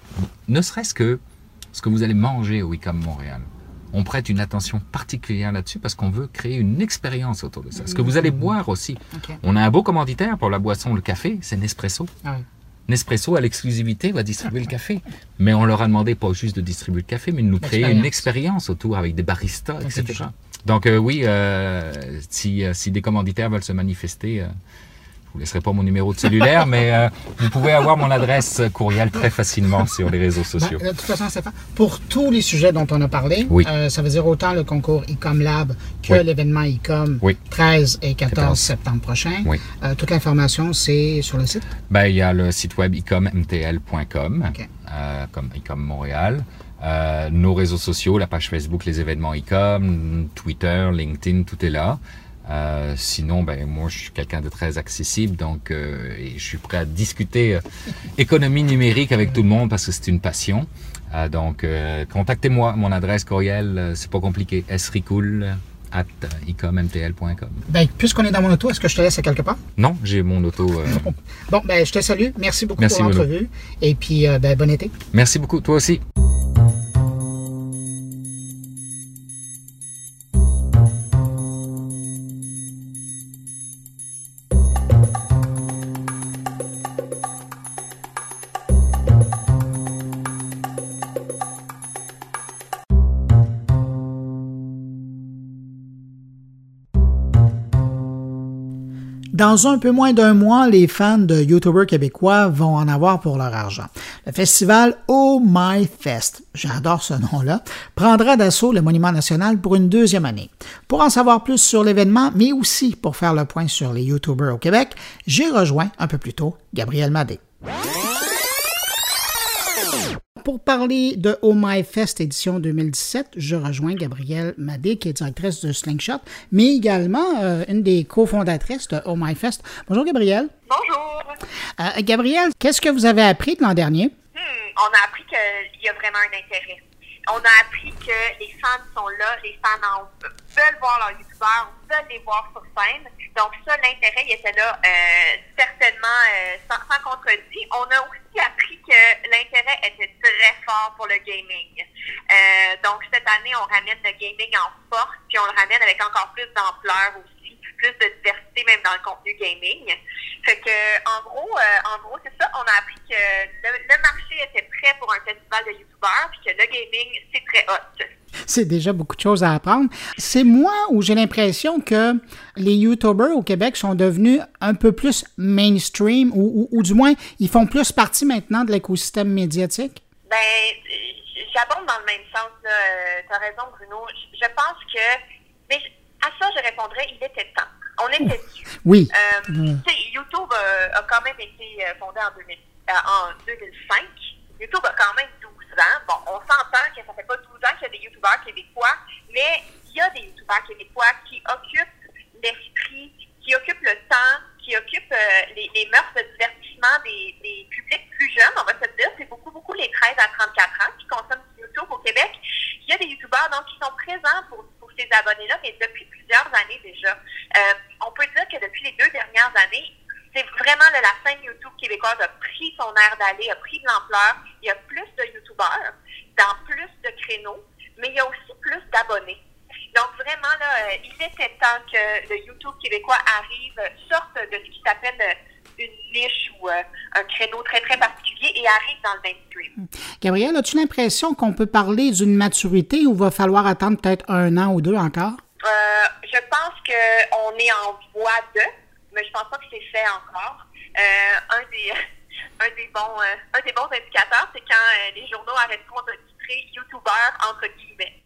ne serait-ce que ce que vous allez manger au Ecom Montréal. On prête une attention particulière là-dessus parce qu'on veut créer une expérience autour de ça. Ce que vous allez boire aussi. Okay. On a un beau commanditaire pour la boisson, le café, c'est Nespresso. Ah oui. Nespresso, à l'exclusivité, va distribuer le café. Mais on leur a demandé pas juste de distribuer le café, mais de nous créer une expérience autour avec des baristas, et cetera. Donc euh, oui, euh, si, euh, si des commanditaires veulent se manifester... Euh, je vous laisserai pas mon numéro de cellulaire, mais euh, vous pouvez avoir mon adresse courriel très facilement sur les réseaux sociaux. Ben, de toute façon, Stéphane, pour tous les sujets dont on a parlé, oui. euh, ça veut dire autant le concours Ecom Lab que oui. l'événement Ecom oui. treize et quatorze septembre prochain. Oui. Euh, toute l'information, c'est sur le site? Ben, il y a le site web ecom m t l point com, okay. euh, comme Ecom Montréal. Euh, nos réseaux sociaux, la page Facebook, les événements Ecom, Twitter, LinkedIn, tout est là. Euh, sinon, ben moi, je suis quelqu'un de très accessible, donc euh, et je suis prêt à discuter euh, économie numérique avec tout le monde parce que c'est une passion. Euh, donc, euh, contactez-moi. Mon adresse courriel, euh, c'est pas compliqué. sricoul at ecom m t l point com. Ben, puisqu'on est dans mon auto, est-ce que je te laisse à quelque part? Non, j'ai mon auto. Euh... Bon, ben, je te salue. Merci beaucoup Merci pour l'entrevue. Et puis, euh, ben, bon été. Merci beaucoup. Toi aussi. Dans un peu moins d'un mois, les fans de YouTubers québécois vont en avoir pour leur argent. Le festival Oh My Fest, j'adore ce nom-là, prendra d'assaut le Monument National pour une deuxième année. Pour en savoir plus sur l'événement, mais aussi pour faire le point sur les YouTubers au Québec, j'ai rejoint un peu plus tôt Gabriel Madé. Pour parler de Oh My Fest édition deux mille dix-sept, je rejoins Gabrielle Madé, qui est directrice de Slingshot, mais également euh, une des cofondatrices de Oh My Fest. Bonjour Gabrielle. Bonjour. Euh, Gabrielle, qu'est-ce que vous avez appris de l'an dernier? Hmm, on a appris qu'il y a vraiment un intérêt. On a appris que les fans sont là, les fans en veulent voir leurs youtubeurs, veulent les voir sur scène. Donc ça, l'intérêt, il était là euh, certainement euh, sans, sans contredit. On a aussi appris que l'intérêt était très fort pour le gaming. Euh, donc, cette année, on ramène le gaming en force, puis on le ramène avec encore plus d'ampleur aussi, plus de diversité même dans le contenu gaming. Fait que, en gros, euh, en gros, c'est ça, on a appris que le, le marché était prêt pour un festival de youtubeurs, puis que le gaming, c'est très hot. C'est déjà beaucoup de choses à apprendre. C'est moi où j'ai l'impression que les YouTubers au Québec sont devenus un peu plus mainstream, ou, ou, ou du moins, ils font plus partie maintenant de l'écosystème médiatique? Ben, j'abonde dans le même sens, là. Euh, t'as raison, Bruno. Je, je pense que... Mais à ça, je répondrais, il était temps. On était dessus. Oui. Euh, mmh. Tu sais, YouTube a, a quand même été fondé en, deux mille, euh, en deux mille cinq. YouTube a quand même douze ans. Bon, on s'entend que ça fait pas douze ans qu'il y a des YouTubeurs québécois, mais il y a des YouTubeurs québécois qui occupent l'esprit, qui occupent le temps, qui occupent euh, les, les mœurs de divertissement des, des publics plus jeunes, on va se dire. C'est beaucoup, beaucoup les treize à trente-quatre ans qui consomment du YouTube au Québec. Il y a des YouTubeurs donc qui sont présents pour, pour ces abonnés-là, mais depuis plusieurs années déjà. Euh, on peut dire que depuis les deux dernières années, c'est vraiment là, la scène YouTube québécoise a pris son air d'aller, a pris de l'ampleur. Il y a plus de YouTubeurs dans plus de créneaux, mais il y a aussi plus d'abonnés. Donc vraiment, là, euh, il était temps que le YouTube québécois arrive, sorte de ce qui s'appelle une niche ou euh, un créneau très, très particulier et arrive dans le mainstream. Gabrielle, as-tu l'impression qu'on peut parler d'une maturité ou va falloir attendre peut-être un an ou deux encore? Euh, je pense qu'on est en voie de, mais je pense pas que c'est fait encore. Euh, un des un des bons euh, un des bons indicateurs, c'est quand euh, les journaux arrêteront de titrer YouTubeur entre guillemets.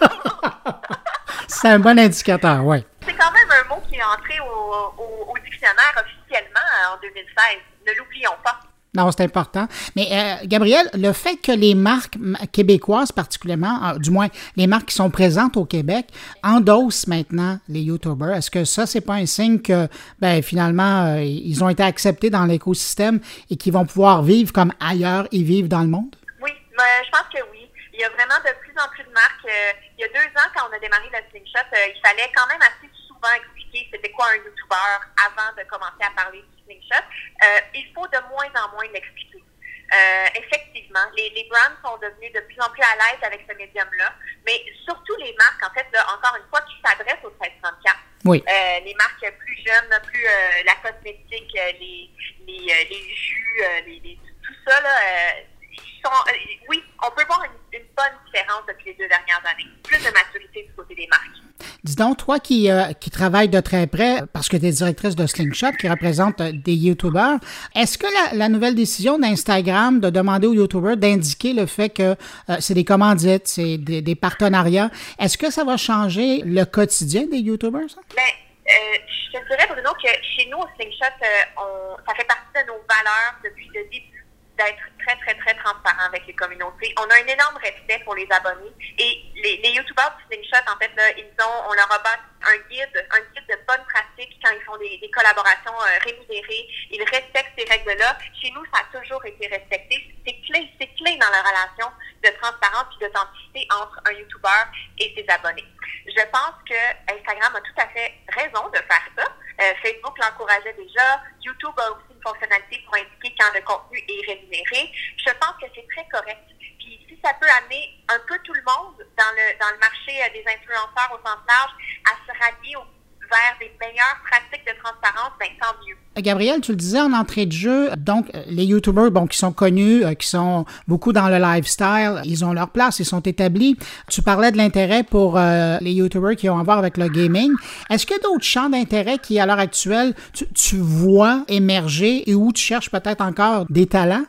C'est un bon indicateur, oui. C'est quand même un mot qui est entré au, au, au dictionnaire officiellement en deux mille seize. Ne l'oublions pas. Non, c'est important. Mais euh, Gabrielle, le fait que les marques québécoises particulièrement, euh, du moins les marques qui sont présentes au Québec, endossent maintenant les YouTubers, est-ce que ça, c'est pas un signe que ben finalement, euh, ils ont été acceptés dans l'écosystème et qu'ils vont pouvoir vivre comme ailleurs et vivre dans le monde? Oui, mais je pense que oui. Il y a vraiment de plus en plus de marques. Euh, il y a deux ans, quand on a démarré le Slingshot, euh, il fallait quand même assez souvent expliquer c'était quoi un YouTuber avant de commencer à parler du Slingshot. Euh, il faut de moins en moins l'expliquer. Euh, effectivement, les, les brands sont devenus de plus en plus à l'aise avec ce médium-là, mais surtout les marques, en fait, là, encore une fois, qui s'adressent aux treize trente-quatre. Oui. Euh, les marques plus jeunes, plus euh, la cosmétique, euh, les, les, euh, les jus, euh, les, les, tout ça, là, euh, ils sont, euh, oui, on peut voir une, une bonne différence depuis les deux dernières années. Plus de maturité du côté des marques. Dis donc, toi qui, euh, qui travailles de très près, parce que tu es directrice de Slingshot, qui représente euh, des YouTubers, est-ce que la, la nouvelle décision d'Instagram de demander aux YouTubers d'indiquer le fait que euh, c'est des commandites, c'est des, des partenariats, est-ce que ça va changer le quotidien des YouTubers, ça? Ben, euh, je te dirais, Bruno, que chez nous, au Slingshot, euh, on, ça fait partie de nos valeurs depuis le début d'être très, très, très transparent avec les communautés. On a un énorme respect pour les abonnés et les, les YouTubeurs du Slingshot, en fait, là, ils ont, on leur a bâti un guide, un guide de bonnes pratiques quand ils font des, des collaborations euh, rémunérées. Ils respectent ces règles-là. Chez nous, ça a toujours été respecté. C'est clé, c'est clé dans la relation de transparence et d'authenticité entre un YouTuber et ses abonnés. Je pense que Instagram a tout à fait raison de faire ça. Euh, Facebook l'encourageait déjà. YouTube a aussi une fonctionnalité pour indiquer quand le contenu est rémunéré. Je pense que c'est très correct. Puis si ça peut amener un peu tout le monde dans le dans le marché des influenceurs au sens large à se rallier au, vers des meilleures pratiques de transparence, ben tant mieux. Gabrielle, tu le disais en entrée de jeu, donc les YouTubers bon, qui sont connus, euh, qui sont beaucoup dans le lifestyle, ils ont leur place, ils sont établis. Tu parlais de l'intérêt pour euh, les YouTubers qui ont à voir avec le gaming. Est-ce qu'il y a d'autres champs d'intérêt qui, à l'heure actuelle, tu, tu vois émerger et où tu cherches peut-être encore des talents?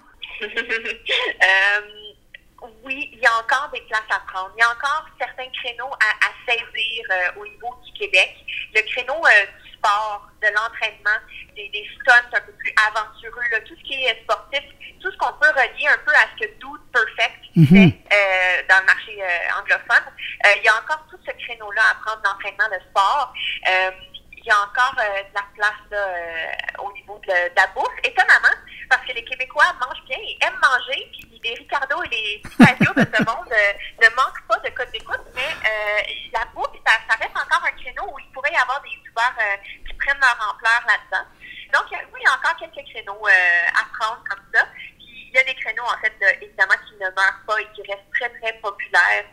euh, oui, il y a encore des places à prendre. Il y a encore certains créneaux à, à saisir euh, au niveau du Québec. Le créneau euh, du sport, de l'entraînement, des, des stunts un peu plus aventureux, là, tout ce qui est sportif, tout ce qu'on peut relier un peu à ce que Dude Perfect mm-hmm. fait euh, dans le marché euh, anglophone. Euh, il y a encore tout ce créneau-là à prendre d'entraînement de sport. Euh, il y a encore euh, de la place là, euh, au niveau de, de la bouffe. Étonnamment, parce que les Québécois mangent bien et aiment manger, puis les Ricardo et les Pistachio de ce monde euh, ne manquent pas de code d'écoute, mais euh, la bouffe, ça, ça reste encore un créneau où il pourrait y avoir des youtubeurs euh, qui prennent leur ampleur là-dedans. Donc, oui, il y a encore quelques créneaux euh, à prendre comme ça. Puis, il y a des créneaux, en fait, de, évidemment, qui ne meurent pas et qui restent très, très populaires.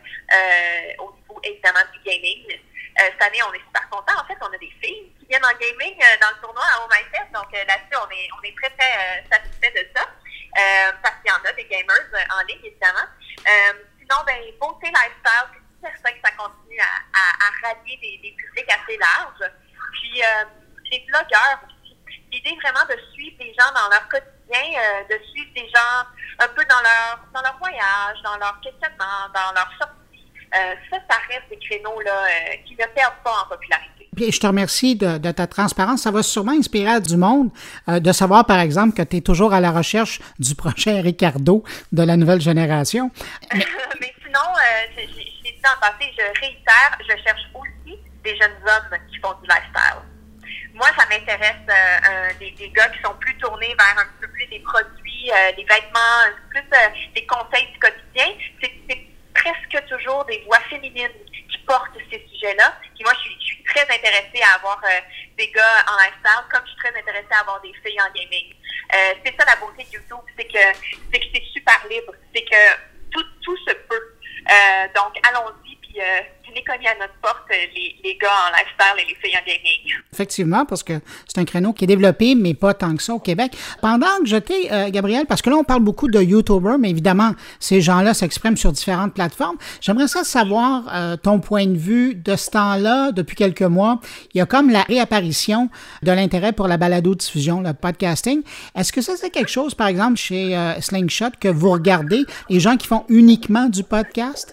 satisfait de ça, euh, parce qu'il y en a des gamers euh, en ligne, évidemment. Euh, sinon, ben, beauté, lifestyle, c'est certain que ça continue à, à, à rallier des, des publics assez larges. Puis, euh, les blogueurs aussi. L'idée vraiment de suivre les gens dans leur quotidien, euh, de suivre des gens un peu dans leur, dans leur voyage, dans leur questionnement, dans leur sortie. Euh, ça, ça reste des créneaux là, euh, qui ne perdent pas en popularité. Puis je te remercie de, de ta transparence. Ça va sûrement inspirer du monde euh, de savoir, par exemple, que tu es toujours à la recherche du prochain Ricardo de la nouvelle génération. Mais, Mais sinon, euh, je, je, je l'ai dit dans le passé, je réitère, je cherche aussi des jeunes hommes qui font du lifestyle. Moi, ça m'intéresse euh, euh, des, des gars qui sont plus tournés vers un peu plus des produits, euh, des vêtements, plus euh, des conseils du quotidien. C'est, c'est presque toujours des voix féminines qui portent ces sujets-là. Puis moi, je suis, je suis très intéressée à avoir euh, des gars en lifestyle, comme je suis très intéressée à avoir des filles en gaming. Euh, c'est ça la beauté de YouTube, c'est que c'est que c'est super libre, c'est que tout, tout se peut. Euh, donc, allons-y, puis euh, venez cogner à notre porte, les, les gars en lifestyle et les filles en gaming. Effectivement, parce que c'est un créneau qui est développé, mais pas tant que ça au Québec. Pendant que j'étais, euh, Gabriel, parce que là, on parle beaucoup de YouTubers, mais évidemment, ces gens-là s'expriment sur différentes plateformes. J'aimerais ça savoir euh, ton point de vue de ce temps-là, depuis quelques mois. Il y a comme la réapparition de l'intérêt pour la balado-diffusion, le podcasting. Est-ce que ça, c'est quelque chose, par exemple, chez euh, Slingshot, que vous regardez, les gens qui font uniquement du podcast?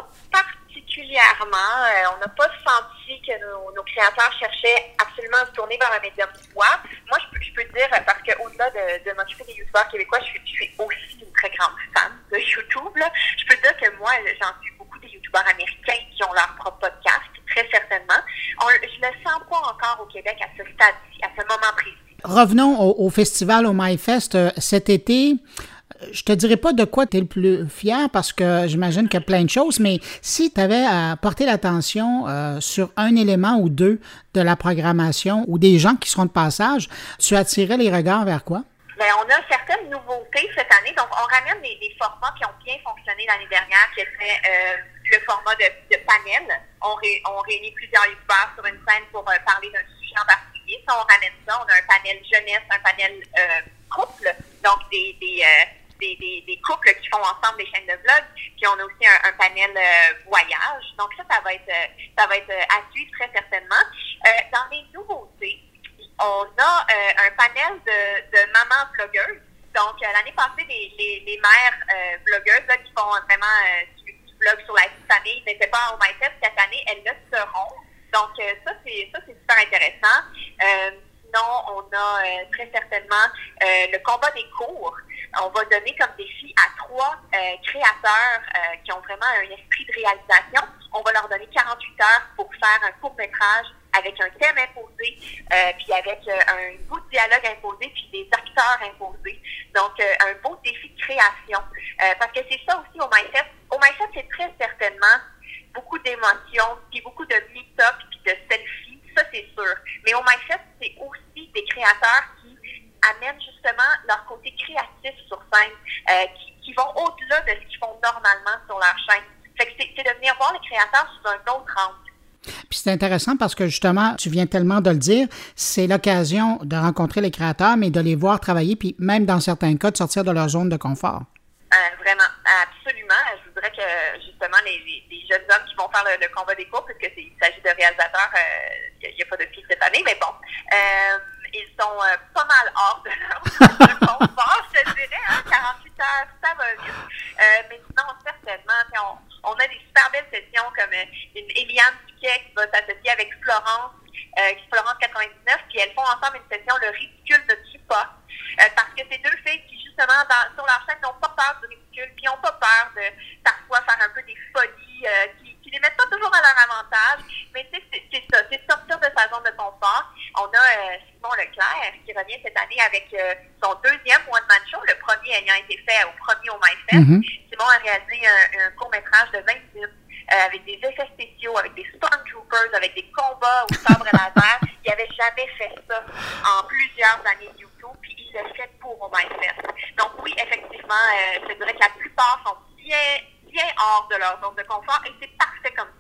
Particulièrement, euh, on n'a pas senti que nos, nos créateurs cherchaient absolument à se tourner vers un médium voix. Moi, je peux, je peux dire, parce qu'au-delà de, de m'occuper des youtubeurs québécois, je suis, je suis aussi une très grande fan de YouTube. Là. Je peux dire que moi, j'en suis beaucoup des youtubeurs américains qui ont leur propre podcast, très certainement. On, je ne le sens pas encore au Québec à ce stade-ci, à ce moment précis. Revenons au, au festival, au MyFest, euh, cet été. Je te dirais pas de quoi tu es le plus fier parce que j'imagine qu'il y a plein de choses, mais si tu avais à porter l'attention euh, sur un élément ou deux de la programmation ou des gens qui seront de passage, tu attirais les regards vers quoi? Bien, on a certaines nouveautés cette année. Donc, on ramène des, des formats qui ont bien fonctionné l'année dernière, qui était euh, le format de, de panel. On, ré, on réunit plusieurs youtubeurs sur une scène pour euh, parler d'un sujet en particulier. Ça, on ramène ça. On a un panel jeunesse, un panel euh, couple, donc des... des euh, Des, des, des couples qui font ensemble des chaînes de vlog, puis on a aussi un, un panel euh, voyage. Donc ça, ça va être ça va être à suivre très certainement. Euh, dans les nouveautés, on a euh, un panel de, de mamans vlogueuses. Donc euh, l'année passée, les, les, les mères euh, vlogueuses là, qui font vraiment euh, du, du vlog sur la vie de famille n'étaient pas au MyFest. Cette année, elles le seront. Donc euh, ça, c'est ça, c'est super intéressant. Euh, sinon, on a euh, très certainement euh, le combat des cours. On va donner comme défi à trois euh, créateurs euh, qui ont vraiment un esprit de réalisation. On va leur donner quarante-huit heures pour faire un court-métrage avec un thème imposé, euh, puis avec euh, un bout de dialogue imposé, puis des acteurs imposés. Donc, euh, un beau défi de création. Euh, parce que c'est ça aussi au MyFest. Au MyFest, c'est très certainement beaucoup d'émotions, puis beaucoup de meet-up, puis de selfies. Ça, c'est sûr. Mais au MyFest, c'est aussi des créateurs qui amènent justement leur côté créatif sur scène, euh, qui, qui vont au-delà de ce qu'ils font normalement sur leur chaîne. Fait que c'est, c'est de venir voir les créateurs sous un autre angle. Puis c'est intéressant parce que justement, tu viens tellement de le dire, c'est l'occasion de rencontrer les créateurs, mais de les voir travailler, puis même dans certains cas, de sortir de leur zone de confort. Euh, vraiment, absolument. Je voudrais que justement les, les, les jeunes hommes qui vont faire le, le combat des couples, parce qu'il s'agit de réalisateurs, il euh, n'y a, a pas de filles cette année, mais bon, euh, ils sont euh, pas mal hors de leur zone de confort, je te dirais, hein, quarante-huit heures, ça va vite. Euh, mais sinon, certainement, on, on a des super belles sessions comme euh, une Eliane Piquet qui va s'associer avec Florence, euh, Florence quatre-vingt-dix-neuf, puis elles font ensemble une session Le ridicule ne tue pas, euh, parce que c'est deux filles qui justement dans, sur leur chaîne n'ont pas peur du ridicule, puis n'ont pas peur de parfois faire un peu des folies euh, qui, qui les mettent pas toujours à leur avantage, mais tu sais, c'est, c'est ça, c'est sortir de sa zone de confort. On a euh, Simon Leclerc qui revient cette année avec euh, son deuxième one-man show, le premier ayant été fait au premier au MyFest. Mm-hmm. Simon a réalisé un, un court-métrage de vingt minutes euh, avec des effets spéciaux, avec des stormtroopers, avec des combats au sabre laser. Il n'avait jamais fait ça en plusieurs années de YouTube, puis il le fait pour au MyFest. Donc oui, effectivement, euh, je dirais que la plupart sont bien, bien hors de leur zone de confort et c'est parfait comme ça.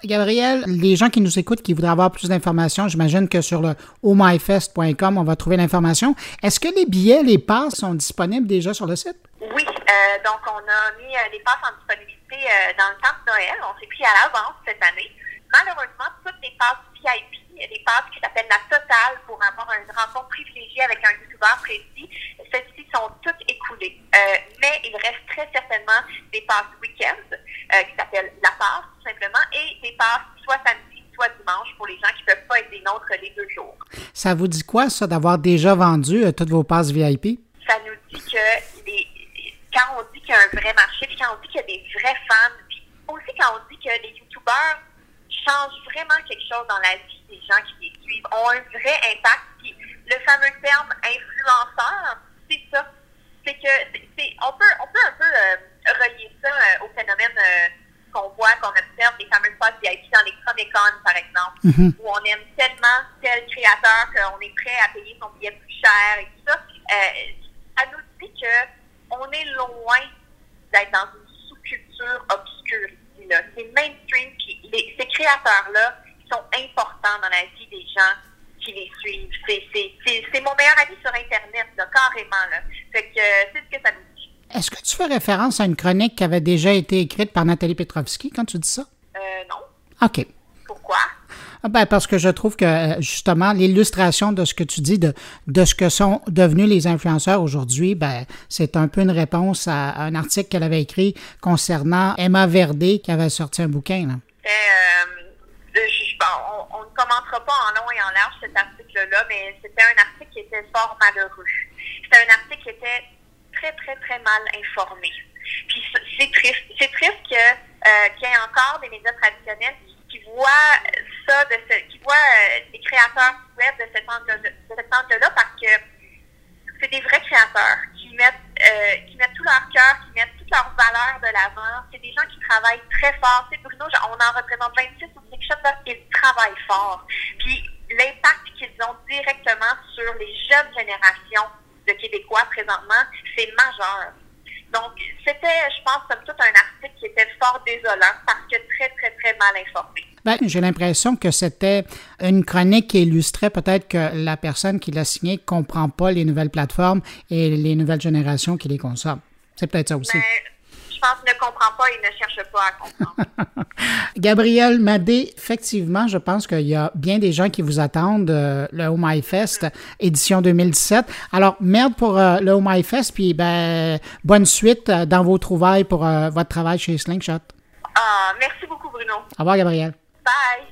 Gabriel, les gens qui nous écoutent, qui voudraient avoir plus d'informations, j'imagine que sur le oh my fest point com, on va trouver l'information. Est-ce que les billets, les passes sont disponibles déjà sur le site? Oui, euh, donc on a mis euh, les passes en disponibilité euh, dans le temps de Noël. On s'est pris à l'avance cette année. Malheureusement, toutes les passes V I P, les passes qui s'appellent la totale pour avoir une rencontre privilégiée avec un youtubeur précis, celles-ci sont toutes écoulées. Euh, mais il reste très certainement des passes week-end euh, qui s'appellent la passe tout simplement et des passes soit samedi, soit dimanche pour les gens qui ne peuvent pas être des nôtres les deux jours. Ça vous dit quoi, ça, d'avoir déjà vendu euh, toutes vos passes V I P? Ça nous dit que les, quand on dit qu'il y a un vrai marché, puis quand on dit qu'il y a des vrais fans, puis aussi quand on dit que les youtubeurs changent vraiment quelque chose dans la vie des gens qui les suivent, ont un vrai impact. Puis le fameux terme influenceur, c'est ça. C'est que c'est, c'est, on peut on peut un peu euh, relier ça euh, au phénomène euh, qu'on voit, qu'on observe, les fameuses passes V I P dans les Comic-Con, par exemple, mm-hmm. où on aime tellement tel créateur qu'on est prêt à payer son billet plus cher et tout ça. Euh, ça nous dit qu'on est loin d'être dans une sous-culture obscure ici, là. C'est mainstream, puis les, ces créateurs-là sont importants dans la vie des gens qui les suivent. C'est, c'est, c'est, c'est mon meilleur ami sur Internet, là, carrément. Là. Fait que euh, c'est ce que ça nous dit. Est-ce que tu fais référence à une chronique qui avait déjà été écrite par Nathalie Petrovski quand tu dis ça? Euh, non. OK. Pourquoi? Ah ben parce que je trouve que, justement, l'illustration de ce que tu dis, de, de ce que sont devenus les influenceurs aujourd'hui, ben c'est un peu une réponse à, à un article qu'elle avait écrit concernant Emma Verdé, qui avait sorti un bouquin. Là. Euh, je, bon, on, on ne commentera pas en long et en large cet article-là, mais c'était un article qui était fort malheureux. C'était un article qui était très, très, très mal informé. Puis c'est triste. C'est triste que, euh, qu'il y ait encore des médias traditionnels qui voient ça, de ce, qui voient euh, les créateurs web de cet angle, de cet angle-là, parce que c'est des vrais créateurs qui mettent, euh, qui mettent tout leur cœur, qui mettent toute leur valeur de l'avant. C'est des gens qui travaillent très fort. Tu sais, Bruno, on en représente vingt-six ou quelque chose là, ils travaillent fort. Puis l'impact qu'ils ont directement sur les jeunes générations de Québécois présentement, c'est majeur. Donc, c'était, je pense, comme tout un article qui était fort désolant parce que très, très, très mal informé. Ben, j'ai l'impression que c'était une chronique qui illustrait peut-être que la personne qui l'a signée ne comprend pas les nouvelles plateformes et les nouvelles générations qui les consomment. C'est peut-être ça aussi. Ben, je pense qu'il ne comprend pas et ne cherche pas à comprendre. Gabriel Madé, effectivement, je pense qu'il y a bien des gens qui vous attendent, euh, le Oh My Fest, édition deux mille dix-sept. Alors, merde pour euh, le Oh My Fest, puis ben, bonne suite euh, dans vos trouvailles pour euh, votre travail chez Slingshot. Ah, merci beaucoup, Bruno. Au revoir, Gabriel. Bye.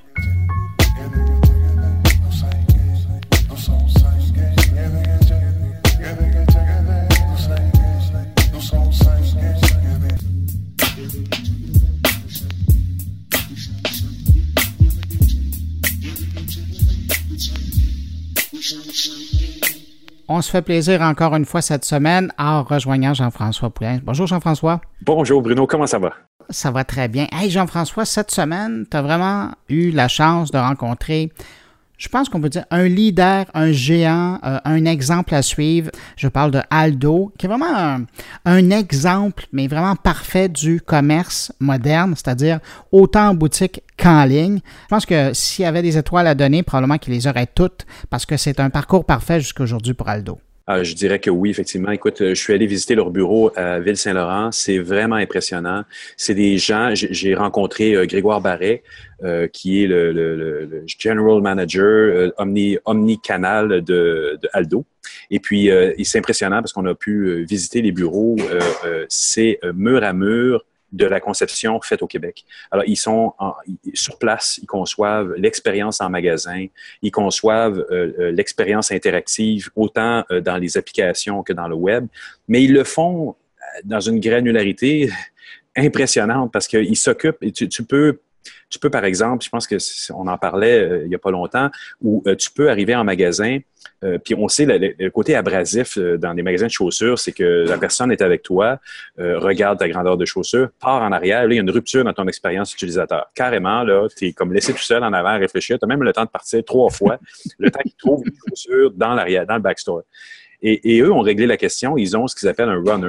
On se fait plaisir encore une fois cette semaine en rejoignant Jean-François Poulin. Bonjour Jean-François. Bonjour Bruno, comment ça va? Ça va très bien. Hey Jean-François, cette semaine, tu as vraiment eu la chance de rencontrer, je pense qu'on peut dire, un leader, un géant, euh, un exemple à suivre. Je parle de Aldo, qui est vraiment un, un exemple, mais vraiment parfait du commerce moderne, c'est-à-dire autant en boutique qu'en ligne. Je pense que s'il y avait des étoiles à donner, probablement qu'il les aurait toutes, parce que c'est un parcours parfait jusqu'à aujourd'hui pour Aldo. Ah, je dirais que oui, effectivement. Écoute, je suis allé visiter leur bureau à Ville-Saint-Laurent. C'est vraiment impressionnant. C'est des gens, j'ai rencontré euh, Grégoire Barret, euh, qui est le, le, le General Manager euh, omni, omnicanal de, de Aldo. Et puis, euh, c'est impressionnant parce qu'on a pu visiter les bureaux. Euh, euh, c'est mur à mur de la conception faite au Québec. Alors, ils sont en, sur place, ils conçoivent l'expérience en magasin, ils conçoivent euh, l'expérience interactive autant euh, dans les applications que dans le web, mais ils le font dans une granularité impressionnante parce qu'ils s'occupent, et tu, tu peux Tu peux, par exemple, je pense que on en parlait euh, il n'y a pas longtemps, où euh, tu peux arriver en magasin, euh, puis on sait le, le côté abrasif euh, dans les magasins de chaussures, c'est que la personne est avec toi, euh, regarde ta grandeur de chaussure, part en arrière, là, il y a une rupture dans ton expérience utilisateur. Carrément, là, tu es comme laissé tout seul en avant à réfléchir, tu as même le temps de partir trois fois, le temps qu'ils trouvent les chaussures dans l'arrière, dans le backstore. Et, et eux ont réglé la question, ils ont ce qu'ils appellent un runner.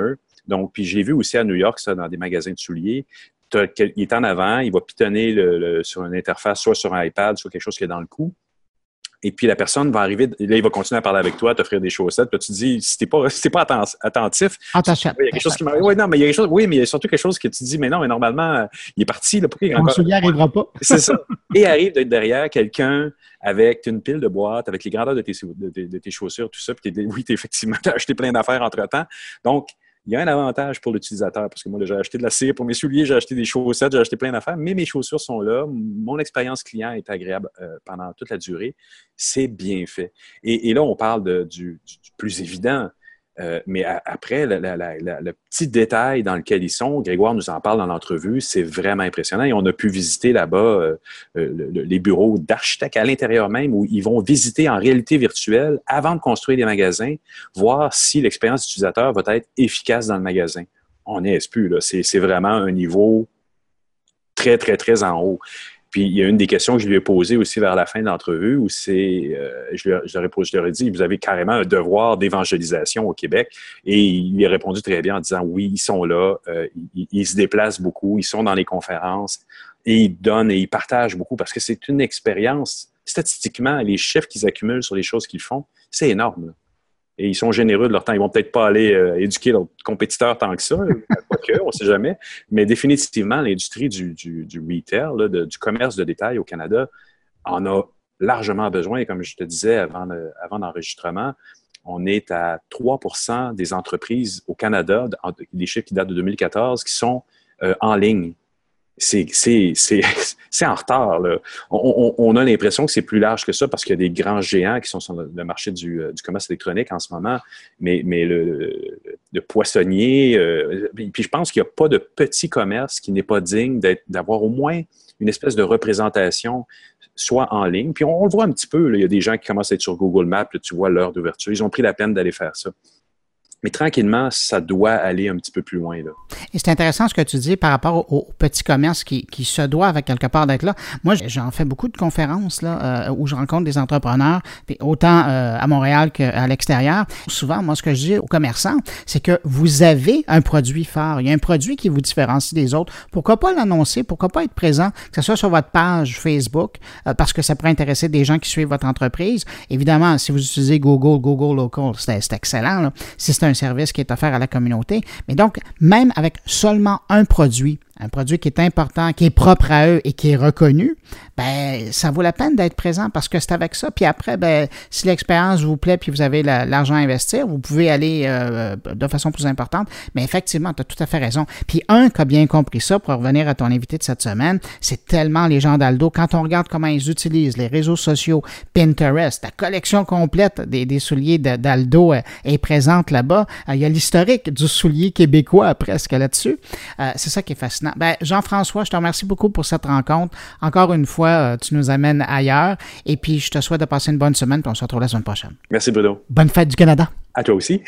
Donc, puis j'ai vu aussi à New York, ça, dans des magasins de souliers. Il est en avant, il va pitonner le, le, sur une interface, soit sur un iPad, soit quelque chose qui est dans le cou. Et puis, la personne va arriver, là, il va continuer à parler avec toi, t'offrir des chaussettes. Puis là, tu te dis, si t'es pas, si t'es pas attentif, ah, t'achètes. Il y a quelque chose qui m'arrive. Oui, non, mais il y a quelque chose, oui, mais il y a surtout quelque chose que tu te dis, mais non, mais normalement, il est parti, là, pourquoi il encore... soulier n'arrivera pas. C'est ça. Et arrive d'être derrière quelqu'un avec une pile de boîtes, avec les grandeurs de tes, de, de, de tes chaussures, tout ça. Puis t'es, oui, t'es effectivement, t'as acheté plein d'affaires entre-temps. Donc, il y a un avantage pour l'utilisateur, parce que moi, là, j'ai acheté de la cire pour mes souliers, j'ai acheté des chaussettes, j'ai acheté plein d'affaires, mais mes chaussures sont là. Mon expérience client est agréable euh, pendant toute la durée. C'est bien fait. Et, et là, on parle de, du, du, du plus évident. Euh, mais a, après, la, la, la, la, le petit détail dans lequel ils sont, Grégoire nous en parle dans l'entrevue, c'est vraiment impressionnant. Et on a pu visiter là-bas euh, le, le, les bureaux d'architectes à l'intérieur même, où ils vont visiter en réalité virtuelle, avant de construire des magasins, voir si l'expérience utilisateur va être efficace dans le magasin. On n'est plus, là. C'est, c'est vraiment un niveau très, très, très en haut. Puis, il y a une des questions que je lui ai posées aussi vers la fin de l'entrevue où c'est, euh, je, lui, je, leur ai posé, je leur ai dit, vous avez carrément un devoir d'évangélisation au Québec. Et il a répondu très bien en disant, oui, ils sont là, euh, ils, ils se déplacent beaucoup, ils sont dans les conférences et ils donnent et ils partagent beaucoup parce que c'est une expérience. Statistiquement, les chiffres qu'ils accumulent sur les choses qu'ils font, c'est énorme, là. Et ils sont généreux de leur temps. Ils vont peut-être pas aller euh, éduquer leurs compétiteurs tant que ça, quoique, on ne sait jamais. Mais définitivement, l'industrie du, du, du retail, là, de, du commerce de détail au Canada, en a largement besoin. Et comme je te disais avant, le, avant l'enregistrement, on est à trois pour cent des entreprises au Canada, des chiffres qui datent de deux mille quatorze, qui sont euh, en ligne. C'est, c'est, c'est, c'est en retard, là. On, on, on a l'impression que c'est plus large que ça parce qu'il y a des grands géants qui sont sur le, le marché du, du commerce électronique en ce moment, mais, mais le, le, le poissonnier, euh, puis je pense qu'il n'y a pas de petit commerce qui n'est pas digne d'être, d'avoir au moins une espèce de représentation, soit en ligne. Puis on, on le voit un petit peu, là, il y a des gens qui commencent à être sur Google Maps, là, tu vois l'heure d'ouverture, ils ont pris la peine d'aller faire ça. Mais tranquillement, ça doit aller un petit peu plus loin, là. Et c'est intéressant ce que tu dis par rapport aux, aux petits commerces qui, qui se doivent quelque part d'être là. Moi, j'en fais beaucoup de conférences là, euh, où je rencontre des entrepreneurs, puis autant euh, à Montréal qu'à l'extérieur. Souvent, moi, ce que je dis aux commerçants, c'est que vous avez un produit phare. Il y a un produit qui vous différencie des autres. Pourquoi pas l'annoncer? Pourquoi pas être présent, que ce soit sur votre page Facebook, euh, parce que ça pourrait intéresser des gens qui suivent votre entreprise. Évidemment, si vous utilisez Google, Google Local, c'est, c'est excellent, là. Si c'est un service qui est offert à la communauté. Mais donc, même avec seulement un produit, un produit qui est important, qui est propre à eux et qui est reconnu, ben ça vaut la peine d'être présent parce que c'est avec ça. Puis après, ben si l'expérience vous plaît puis vous avez la, l'argent à investir, vous pouvez aller euh, de façon plus importante. Mais effectivement, tu as tout à fait raison. Puis un qui a bien compris ça, pour revenir à ton invité de cette semaine, c'est tellement les gens d'Aldo. Quand on regarde comment ils utilisent les réseaux sociaux, Pinterest, la collection complète des, des souliers de, d'Aldo euh, est présente là-bas. Euh, il y a l'historique du soulier québécois presque là-dessus. Euh, c'est ça qui est fascinant. Ben, Jean-François, je te remercie beaucoup pour cette rencontre. Encore une fois, euh, tu nous amènes ailleurs. Et puis, je te souhaite de passer une bonne semaine, puis on se retrouve la semaine prochaine. Merci, Bruno. Bonne fête du Canada. À toi aussi.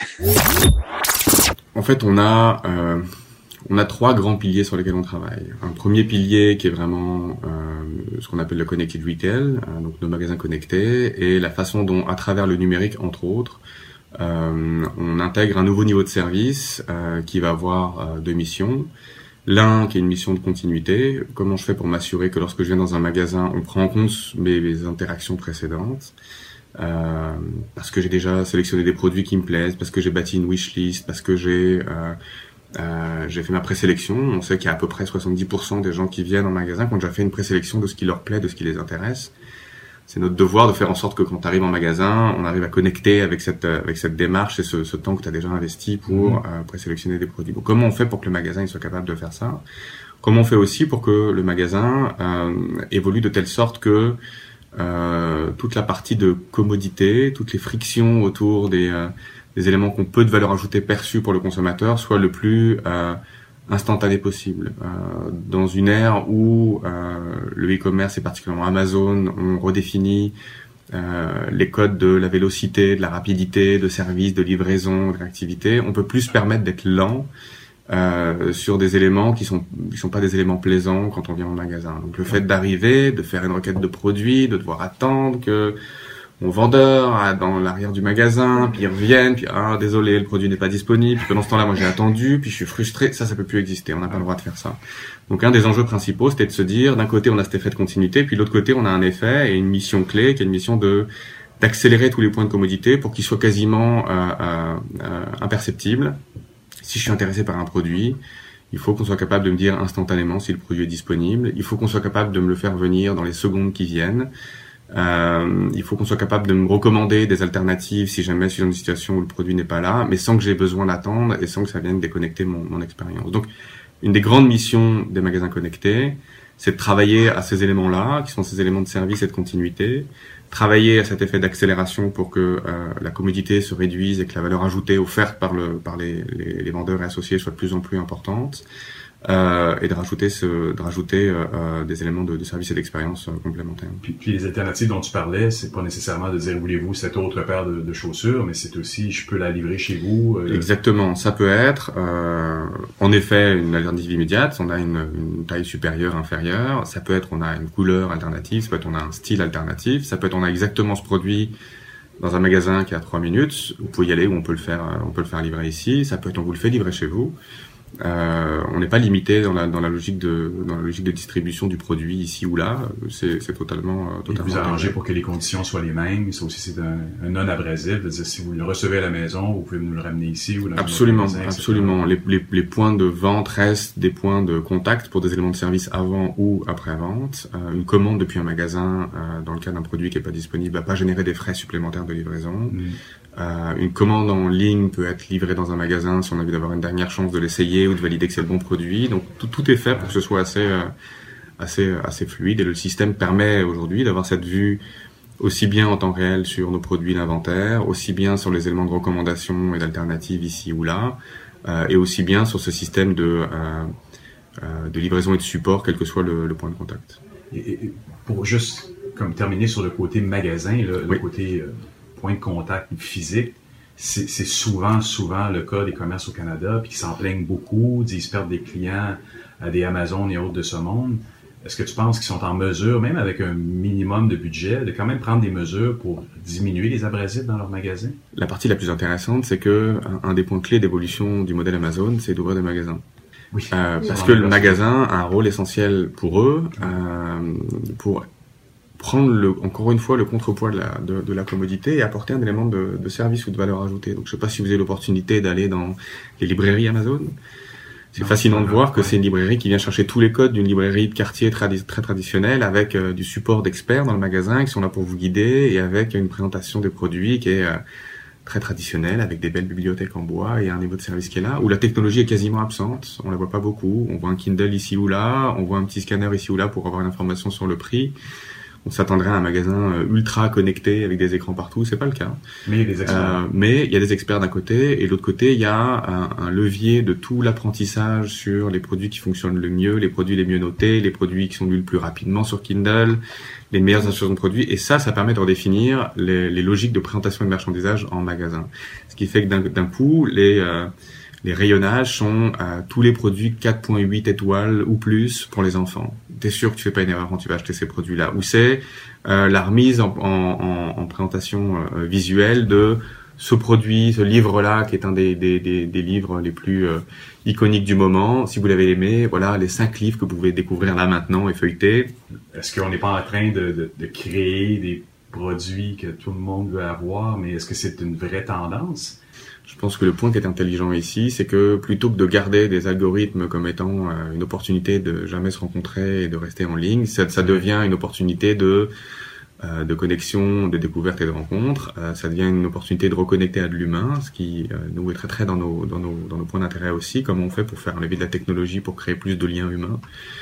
En fait, on a, euh, on a trois grands piliers sur lesquels on travaille. Un premier pilier qui est vraiment euh, ce qu'on appelle le Connected Retail, euh, donc nos magasins connectés, et la façon dont, à travers le numérique, entre autres, euh, on intègre un nouveau niveau de service euh, qui va avoir euh, deux missions. L'un qui est une mission de continuité, comment je fais pour m'assurer que lorsque je viens dans un magasin, on prend en compte mes, mes interactions précédentes, euh, parce que j'ai déjà sélectionné des produits qui me plaisent, parce que j'ai bâti une wishlist, parce que j'ai euh, euh, j'ai fait ma présélection. On sait qu'il y a à peu près soixante-dix pour cent des gens qui viennent en magasin qui ont déjà fait une présélection de ce qui leur plaît, de ce qui les intéresse. C'est notre devoir de faire en sorte que quand tu arrives en magasin, on arrive à connecter avec cette avec cette démarche et ce, ce temps que tu as déjà investi pour mmh. euh, présélectionner des produits. Donc, comment on fait pour que le magasin il soit capable de faire ça? Comment on fait aussi pour que le magasin euh, évolue de telle sorte que euh, toute la partie de commodité, toutes les frictions autour des, euh, des éléments qui ont peu de valeur ajoutée perçue pour le consommateur soient le plus euh, instantané possible. Euh, dans une ère où euh, le e-commerce et particulièrement Amazon ont redéfini euh, les codes de la vélocité, de la rapidité, de service, de livraison, de réactivité, on peut plus se permettre d'être lent euh, sur des éléments qui sont qui sont pas des éléments plaisants quand on vient au magasin. Donc le fait d'arriver, de faire une requête de produit, de devoir attendre que mon vendeur à, dans l'arrière du magasin, puis ils reviennent, puis ah désolé, le produit n'est pas disponible, puis pendant ce temps-là, moi j'ai attendu, puis je suis frustré. Ça, ça peut plus exister. On n'a pas le droit de faire ça. Donc un des enjeux principaux, c'était de se dire, d'un côté, on a cet effet de continuité, puis de l'autre côté, on a un effet et une mission clé, qui est une mission de d'accélérer tous les points de commodité pour qu'ils soient quasiment euh, euh, euh, imperceptibles. Si je suis intéressé par un produit, il faut qu'on soit capable de me dire instantanément si le produit est disponible. Il faut qu'on soit capable de me le faire venir dans les secondes qui viennent. Euh, il faut qu'on soit capable de me recommander des alternatives si jamais je suis dans une situation où le produit n'est pas là, mais sans que j'ai besoin d'attendre et sans que ça vienne déconnecter mon, mon expérience. Donc, une des grandes missions des magasins connectés, c'est de travailler à ces éléments-là, qui sont ces éléments de service et de continuité, travailler à cet effet d'accélération pour que euh, la commodité se réduise et que la valeur ajoutée offerte par le par les, les, les vendeurs et associés soit de plus en plus importante, euh, et de rajouter ce de rajouter euh, euh, des éléments de, de service et d'expérience euh, complémentaires. Puis, puis les alternatives dont tu parlais, c'est pas nécessairement de dire voulez-vous cette autre paire de, de chaussures, mais c'est aussi je peux la livrer chez vous. Euh... Exactement, ça peut être euh, en effet une alternative immédiate. On a une, une taille supérieure, inférieure. Ça peut être on a une couleur alternative. Ça peut être on a un style alternatif. Ça peut être on a exactement ce produit dans un magasin qui a trois minutes. Vous pouvez y aller ou on peut le faire. On peut le faire livrer ici. Ça peut être on vous le fait livrer chez vous. Euh, on n'est pas limité dans la dans la logique de dans la logique de distribution du produit ici ou là. C'est c'est totalement euh, totalement. Et vous arrangez pour que les conditions soient les mêmes. Ça aussi c'est un, un non abrasif. De dire si vous le recevez à la maison, vous pouvez nous le ramener ici ou dans absolument magasin, absolument. Les, les les points de vente restent des points de contact pour des éléments de service avant ou après vente. Euh, une commande depuis un magasin euh, dans le cas d'un produit qui est pas disponible va pas générer des frais supplémentaires de livraison. Mmh. Euh, une commande en ligne peut être livrée dans un magasin si on a envie d'avoir une dernière chance de l'essayer ou de valider que c'est le bon produit. Donc tout, tout est fait pour que ce soit assez, euh, assez, assez fluide. Et le système permet aujourd'hui d'avoir cette vue aussi bien en temps réel sur nos produits d'inventaire, aussi bien sur les éléments de recommandation et d'alternatives ici ou là, euh, et aussi bien sur ce système de, euh, euh, de livraison et de support, quel que soit le, le point de contact. Et, et pour juste comme terminer sur le côté magasin, le, oui. le côté euh, point de contact physique, c'est, c'est souvent, souvent le cas des commerces au Canada, puis qui s'en plaignent beaucoup, disent perdre des clients à des Amazon et autres de ce monde. Est-ce que tu penses qu'ils sont en mesure, même avec un minimum de budget, de quand même prendre des mesures pour diminuer les abrasifs dans leurs magasins? La partie la plus intéressante, c'est que un, un des points clés d'évolution du modèle Amazon, c'est d'ouvrir des magasins. Oui. Euh, parce que le magasin a un rôle essentiel pour eux, euh, pour prendre le, encore une fois le contrepoids de la, de, de la commodité et apporter un élément de, de service ou de valeur ajoutée. Donc je ne sais pas si vous avez l'opportunité d'aller dans les librairies Amazon. C'est non, fascinant de voir que c'est une librairie qui vient chercher tous les codes d'une librairie de quartier tradi- très traditionnelle avec euh, du support d'experts dans le magasin qui sont là pour vous guider et avec une présentation des produits qui est euh, très traditionnelle avec des belles bibliothèques en bois et un niveau de service qui est là, où la technologie est quasiment absente. On la voit pas beaucoup. On voit un Kindle ici ou là, on voit un petit scanner ici ou là pour avoir une information sur le prix. On s'attendrait à un magasin ultra connecté avec des écrans partout, c'est pas le cas. Mais il y a des experts. Euh, mais il y a des experts d'un côté et de l'autre côté, il y a un, un levier de tout l'apprentissage sur les produits qui fonctionnent le mieux, les produits les mieux notés, les produits qui sont lus le plus rapidement sur Kindle, les meilleures instructions de produits. Et ça, ça permet de redéfinir les, les logiques de présentation et de marchandisage en magasin. Ce qui fait que d'un, d'un coup, les euh, les rayonnages sont à tous les produits quatre virgule huit étoiles ou plus pour les enfants. T'es sûr que tu fais pas une erreur quand tu vas acheter ces produits-là. Ou c'est euh, la remise en, en, en présentation euh, visuelle de ce produit, ce livre-là, qui est un des, des, des, des livres les plus euh, iconiques du moment. Si vous l'avez aimé, voilà les cinq livres que vous pouvez découvrir là maintenant et feuilleter. Est-ce qu'on n'est pas en train de, de, de créer des produits que tout le monde veut avoir, mais est-ce que c'est une vraie tendance? Je pense que le point qui est intelligent ici, c'est que plutôt que de garder des algorithmes comme étant euh, une opportunité de jamais se rencontrer et de rester en ligne, ça, ça devient une opportunité de euh, de connexion, de découverte et de rencontre. Euh, ça devient une opportunité de reconnecter à de l'humain, ce qui euh, nous est très très dans nos dans nos dans nos points d'intérêt aussi. Comment on fait pour faire enlever de la technologie pour créer plus de liens humains.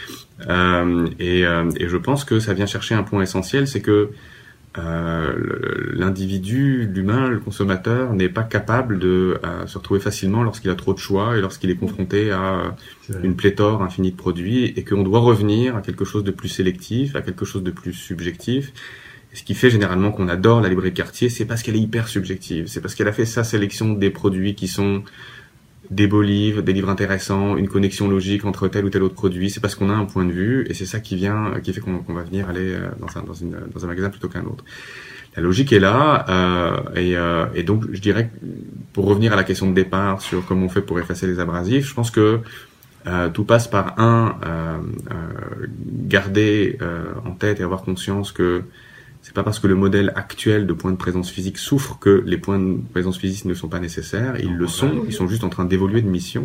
Euh, et, euh, et je pense que ça vient chercher un point essentiel, c'est que Euh, l'individu, l'humain, le consommateur n'est pas capable de euh, se retrouver facilement lorsqu'il a trop de choix et lorsqu'il est confronté à euh, une pléthore infinie de produits et qu'on doit revenir à quelque chose de plus sélectif, à quelque chose de plus subjectif. Et ce qui fait généralement qu'on adore la librairie de quartier, c'est parce qu'elle est hyper subjective. C'est parce qu'elle a fait sa sélection des produits qui sont des beaux livres, des livres intéressants, une connexion logique entre tel ou tel autre produit. C'est parce qu'on a un point de vue et c'est ça qui vient, qui fait qu'on, qu'on va venir aller dans un, dans, une, dans un magasin plutôt qu'un autre. La logique est là, euh, et, euh, et donc je dirais que pour revenir à la question de départ sur comment on fait pour effacer les abrasifs, je pense que euh, tout passe par un, euh, euh, garder euh, en tête et avoir conscience que c'est pas parce que le modèle actuel de points de présence physique souffre que les points de présence physique ne sont pas nécessaires. Ils le sont, ils sont juste en train d'évoluer de mission.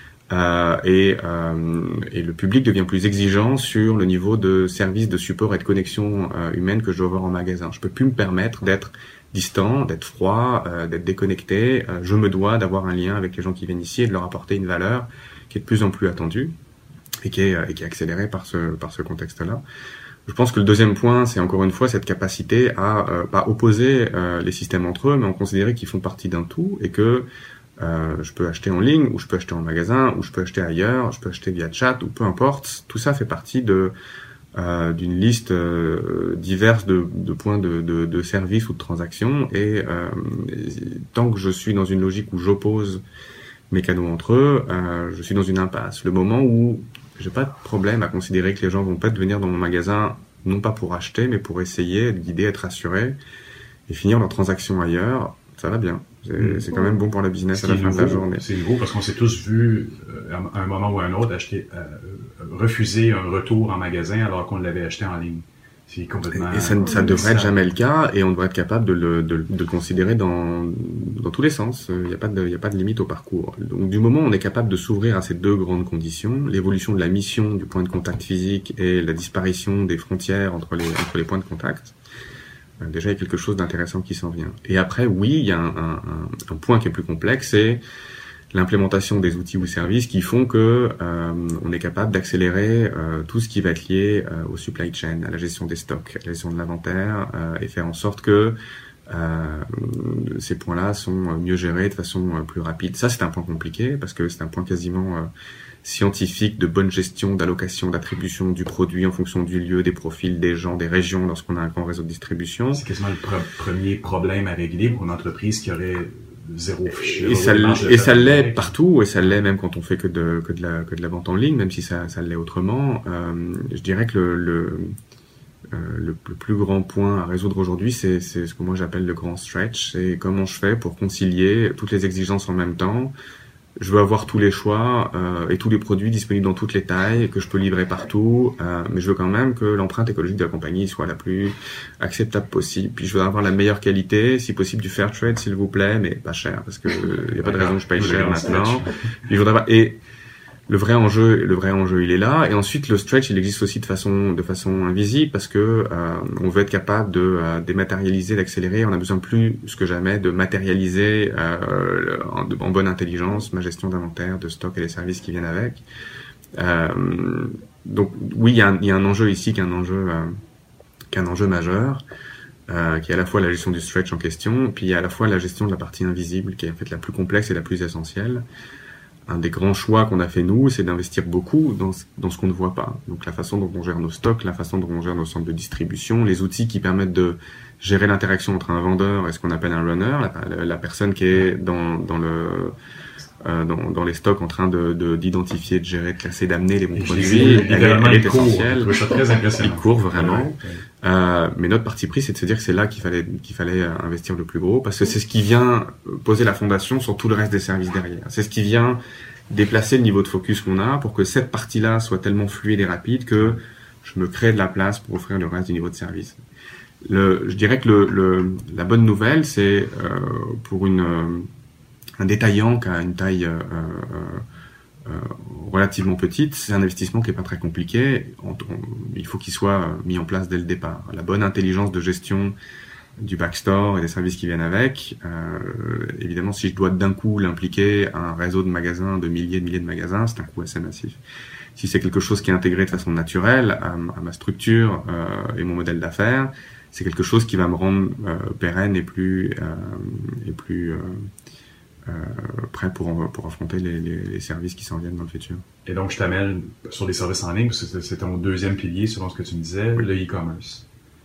Euh, et, euh, et le public devient plus exigeant sur le niveau de service, de support et de connexion euh, humaine que je dois avoir en magasin. Je peux plus me permettre d'être distant, d'être froid, euh, d'être déconnecté. Euh, je me dois d'avoir un lien avec les gens qui viennent ici et de leur apporter une valeur qui est de plus en plus attendue et qui est, et qui est accélérée par ce, par ce contexte-là. Je pense que le deuxième point, c'est encore une fois cette capacité à euh, pas opposer euh, les systèmes entre eux, mais en considérer qu'ils font partie d'un tout et que Euh, je peux acheter en ligne, ou je peux acheter en magasin, ou je peux acheter ailleurs, je peux acheter via chat, ou peu importe. Tout ça fait partie de euh, d'une liste euh, diverse de, de points de, de, de services ou de transactions. Et, euh, et tant que je suis dans une logique où j'oppose mes canaux entre eux, euh, je suis dans une impasse. Le moment où j'ai pas de problème à considérer que les gens vont peut-être venir dans mon magasin, non pas pour acheter, mais pour essayer, être guidés, être rassurés, et finir leur transaction ailleurs, ça va bien. C'est, c'est quand même bon pour le business à la fin nouveau, de la journée. C'est nouveau parce qu'on s'est tous vus, euh, à un moment ou à un autre, acheter, euh, refuser un retour en magasin alors qu'on l'avait acheté en ligne. C'est complètement... Et ça ne ça devrait être jamais le cas, et on devrait être capable de le, de, de le considérer dans, dans tous les sens. Il n'y a pas de, il y a pas de limite au parcours. Donc, du moment où on est capable de s'ouvrir à ces deux grandes conditions, l'évolution de la mission du point de contact physique et la disparition des frontières entre les, entre les points de contact, déjà, il y a quelque chose d'intéressant qui s'en vient. Et après, oui, il y a un, un, un point qui est plus complexe, c'est l'implémentation des outils ou services qui font que euh, on est capable d'accélérer euh, tout ce qui va être lié euh, au supply chain, à la gestion des stocks, à la gestion de l'inventaire, euh, et faire en sorte que euh, ces points-là sont mieux gérés de façon plus rapide. Ça, c'est un point compliqué parce que c'est un point quasiment euh, scientifique de bonne gestion, d'allocation, d'attribution du produit en fonction du lieu, des profils, des gens, des régions lorsqu'on a un grand réseau de distribution. C'est quasiment le pre- premier problème à régler pour une entreprise qui aurait zéro fichier. Et ça, et ça l'est partout, et ça l'est même quand on fait que de, que de la, que de la vente en ligne, même si ça, ça l'est autrement. Euh, je dirais que le, le, euh, le, le plus grand point à résoudre aujourd'hui, c'est, c'est ce que moi j'appelle le grand stretch. C'est comment je fais pour concilier toutes les exigences en même temps. Je veux avoir tous les choix euh, et tous les produits disponibles dans toutes les tailles, que je peux livrer partout, euh, mais je veux quand même que l'empreinte écologique de la compagnie soit la plus acceptable possible. Puis je veux avoir la meilleure qualité, si possible du fair trade, s'il vous plaît, mais pas cher, parce que il n'y a pas de raison que je paye cher maintenant. Et je voudrais pas... Et le vrai enjeu, le vrai enjeu, il est là. Et ensuite, le stretch, il existe aussi de façon, de façon invisible parce que euh, on veut être capable de euh, dématérialiser, d'accélérer. On a besoin plus que jamais de matérialiser euh, en, en bonne intelligence ma gestion d'inventaire, de stock et les services qui viennent avec. Euh, donc, oui, il y, a un, il y a un enjeu ici qui est un enjeu, euh, qui est un enjeu majeur, euh, qui est à la fois la gestion du stretch en question, puis il y a à la fois la gestion de la partie invisible, qui est en fait la plus complexe et la plus essentielle. Un des grands choix qu'on a fait nous, c'est d'investir beaucoup dans, dans ce qu'on ne voit pas. Donc la façon dont on gère nos stocks, la façon dont on gère nos centres de distribution, les outils qui permettent de gérer l'interaction entre un vendeur et ce qu'on appelle un runner, la, la personne qui est dans, dans le euh, dans, dans les stocks en train de, de d'identifier, de gérer, de classer, d'amener les bons produits. Elle, elle est essentielle. Je trouve ça très impressionnant. Il court vraiment. Ouais, ouais. Euh, mais notre parti pris, c'est de se dire que c'est là qu'il fallait qu'il fallait investir le plus gros, parce que c'est ce qui vient poser la fondation sur tout le reste des services derrière. C'est ce qui vient déplacer le niveau de focus qu'on a pour que cette partie-là soit tellement fluide et rapide que je me crée de la place pour offrir le reste du niveau de service. Le, je dirais que le, le, la bonne nouvelle, c'est euh, pour une, euh, un détaillant qui a une taille euh, euh, relativement petite, c'est un investissement qui est pas très compliqué. On, on, il faut qu'il soit mis en place dès le départ. La bonne intelligence de gestion du backstore et des services qui viennent avec. Euh, évidemment, si je dois d'un coup l'impliquer à un réseau de magasins, de milliers et de milliers de magasins, c'est un coût assez massif. Si c'est quelque chose qui est intégré de façon naturelle à, à ma structure euh, et mon modèle d'affaires, c'est quelque chose qui va me rendre euh, pérenne et plus euh, et plus euh, euh, prêt pour pour affronter les, les, les services qui s'en viennent dans le futur. Et donc, je t'amène sur les services en ligne, parce que c'est ton deuxième pilier, selon ce que tu me disais, oui. Le e-commerce.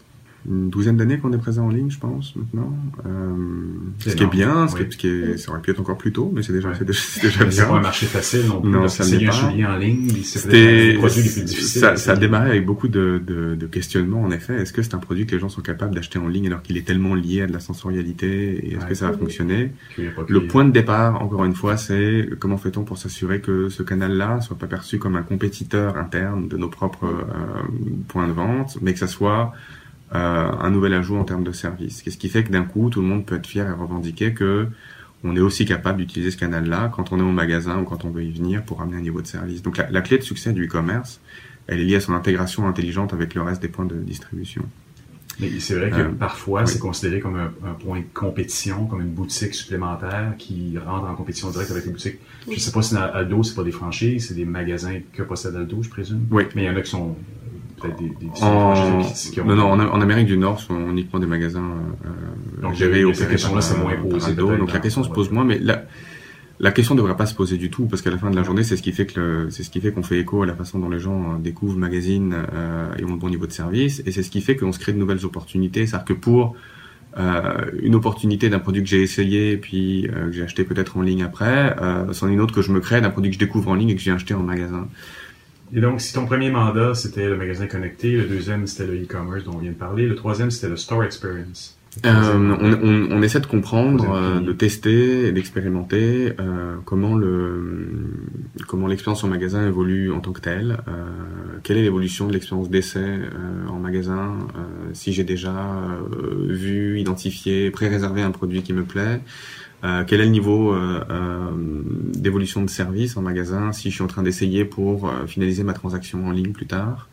une douzaine d'années qu'on est présent en ligne, je pense, maintenant. Euh, ce qui est bien, ce, oui. qui est, ce qui est, ça aurait pu être encore plus tôt, mais c'est déjà, ouais. c'est déjà, c'est déjà bien. C'est pas un marché facile non plus. Non, ça n'est pas. C'est en ligne, c'est peut-être un produit les plus difficiles. Ça, ça a démarré avec beaucoup de, de, de questionnements, en effet. Est-ce que c'est un produit que les gens sont capables d'acheter en ligne alors qu'il est tellement lié à de la sensorialité, et est-ce ouais. que ça va fonctionner? Le point de départ, encore une fois, c'est comment fait-on pour s'assurer que ce canal-là soit pas perçu comme un compétiteur interne de nos propres euh, points de vente, mais que ça soit Euh, un nouvel ajout en termes de service. Qu'est-ce qui fait que d'un coup, tout le monde peut être fier et revendiquer que on est aussi capable d'utiliser ce canal-là quand on est au magasin ou quand on veut y venir pour amener un niveau de service. Donc la, la clé de succès du e-commerce, elle est liée à son intégration intelligente avec le reste des points de distribution. Mais c'est vrai que euh, parfois, oui. c'est considéré comme un, un point de compétition, comme une boutique supplémentaire qui rentre en compétition directe avec les boutiques. Oui. Je sais pas si dans Aldo, c'est pas des franchises, c'est des magasins que possède Aldo, je présume. Oui. Mais il y en a qui sont peut-être des, des, des en... qui, qui ont... Non, non, en, en Amérique du Nord, ce sont uniquement des magasins euh, donc, gérés au Cette question-là, c'est moins posé. Aldo, donc la question se pose moins, mais la, la question ne devrait pas se poser du tout, parce qu'à la fin de la journée, c'est ce qui fait que le, c'est ce qui fait qu'on fait écho à la façon dont les gens découvrent le magazine euh, et ont le bon niveau de service, et c'est ce qui fait qu'on se crée de nouvelles opportunités. C'est-à-dire que pour euh, une opportunité d'un produit que j'ai essayé, puis euh, que j'ai acheté peut-être en ligne après, euh, c'en est une autre que je me crée d'un produit que je découvre en ligne et que j'ai acheté en magasin. Et donc, si ton premier mandat, c'était le magasin connecté, le deuxième, c'était le e-commerce dont on vient de parler, le troisième, c'était le store experience. Euh, on, on, on essaie de comprendre, euh, de tester et d'expérimenter euh, comment le comment l'expérience en magasin évolue en tant que telle, euh, quelle est l'évolution de l'expérience d'essai euh, en magasin, euh, si j'ai déjà euh, vu, identifié, pré-réservé un produit qui me plaît, euh, quel est le niveau euh, euh, d'évolution de service en magasin si je suis en train d'essayer pour euh, finaliser ma transaction en ligne plus tard.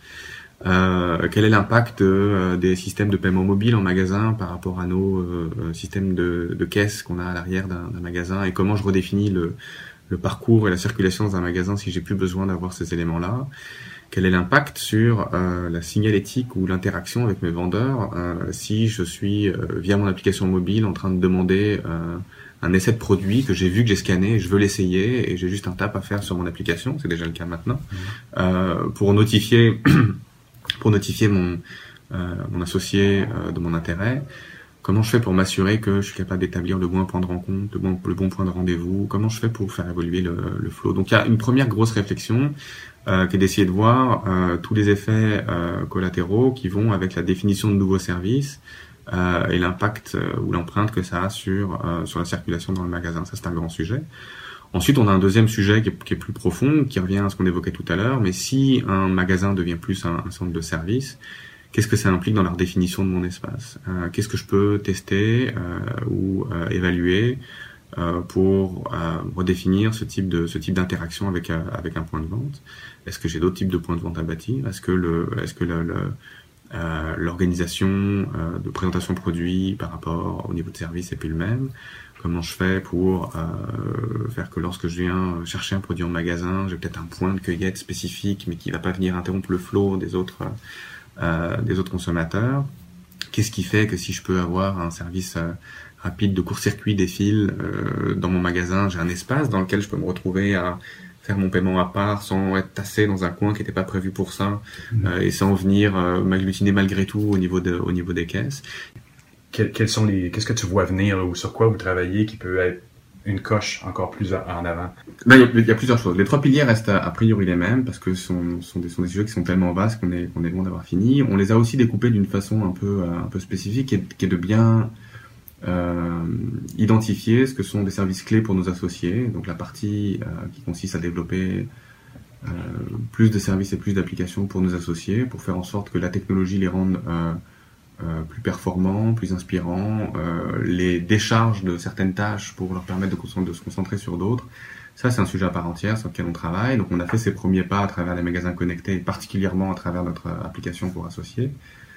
Euh, quel est l'impact euh, des systèmes de paiement mobile en magasin par rapport à nos euh, systèmes de, de caisse qu'on a à l'arrière d'un, d'un magasin, et comment je redéfinis le, le parcours et la circulation dans un magasin si j'ai plus besoin d'avoir ces éléments-là. Quel est l'impact sur euh, la signalétique ou l'interaction avec mes vendeurs euh, si je suis euh, via mon application mobile en train de demander euh, un essai de produit que j'ai vu, que j'ai scanné, et je veux l'essayer et j'ai juste un tap à faire sur mon application, c'est déjà le cas maintenant, mmh. euh, pour notifier pour notifier mon, euh, mon associé euh, de mon intérêt. Comment je fais pour m'assurer que je suis capable d'établir le bon point de rencontre, le bon, le bon point de rendez-vous? Comment je fais pour faire évoluer le, le flow? Donc il y a une première grosse réflexion euh, qui est d'essayer de voir euh, tous les effets euh, collatéraux qui vont avec la définition de nouveaux services euh, et l'impact euh, ou l'empreinte que ça a sur, euh, sur la circulation dans le magasin. Ça, c'est un grand sujet. Ensuite, on a un deuxième sujet qui est, qui est plus profond, qui revient à ce qu'on évoquait tout à l'heure, mais si un magasin devient plus un, un centre de service, qu'est-ce que ça implique dans la redéfinition de mon espace? euh, Qu'est-ce que je peux tester euh, ou euh, évaluer euh, pour euh, redéfinir ce type de ce type d'interaction avec euh, avec un point de vente? Est-ce que j'ai d'autres types de points de vente à bâtir? Est-ce que le est-ce que le, le euh, l'organisation euh, de présentation de produits par rapport au niveau de service est plus le même? Comment je fais pour euh, faire que lorsque je viens chercher un produit en magasin, j'ai peut-être un point de cueillette spécifique, mais qui va pas venir interrompre le flow des autres euh, des autres consommateurs. Qu'est-ce qui fait que si je peux avoir un service euh, rapide de court-circuit des fils euh, dans mon magasin, j'ai un espace dans lequel je peux me retrouver à faire mon paiement à part sans être tassé dans un coin qui n'était pas prévu pour ça, mmh. euh, et sans venir euh, m'agglutiner malgré tout au niveau de au niveau des caisses. Quels sont les, qu'est-ce que tu vois venir là, ou sur quoi vous travaillez qui peut être une coche encore plus en avant? Ben, il, y a, il y a plusieurs choses. Les trois piliers restent a, a priori les mêmes parce que ce sont, sont, des, sont des sujets qui sont tellement vastes qu'on est, qu'on est loin d'avoir fini. On les a aussi découpés d'une façon un peu, un peu spécifique qui est, qui est de bien euh, identifier ce que sont des services clés pour nos associés. Donc la partie euh, qui consiste à développer euh, plus de services et plus d'applications pour nos associés pour faire en sorte que la technologie les rende euh, Euh, plus performants, plus inspirants, euh, les décharges de certaines tâches pour leur permettre de, de se concentrer sur d'autres. Ça, c'est un sujet à part entière sur lequel on travaille. Donc, on a fait ces premiers pas à travers les magasins connectés, et particulièrement à travers notre application pour associés.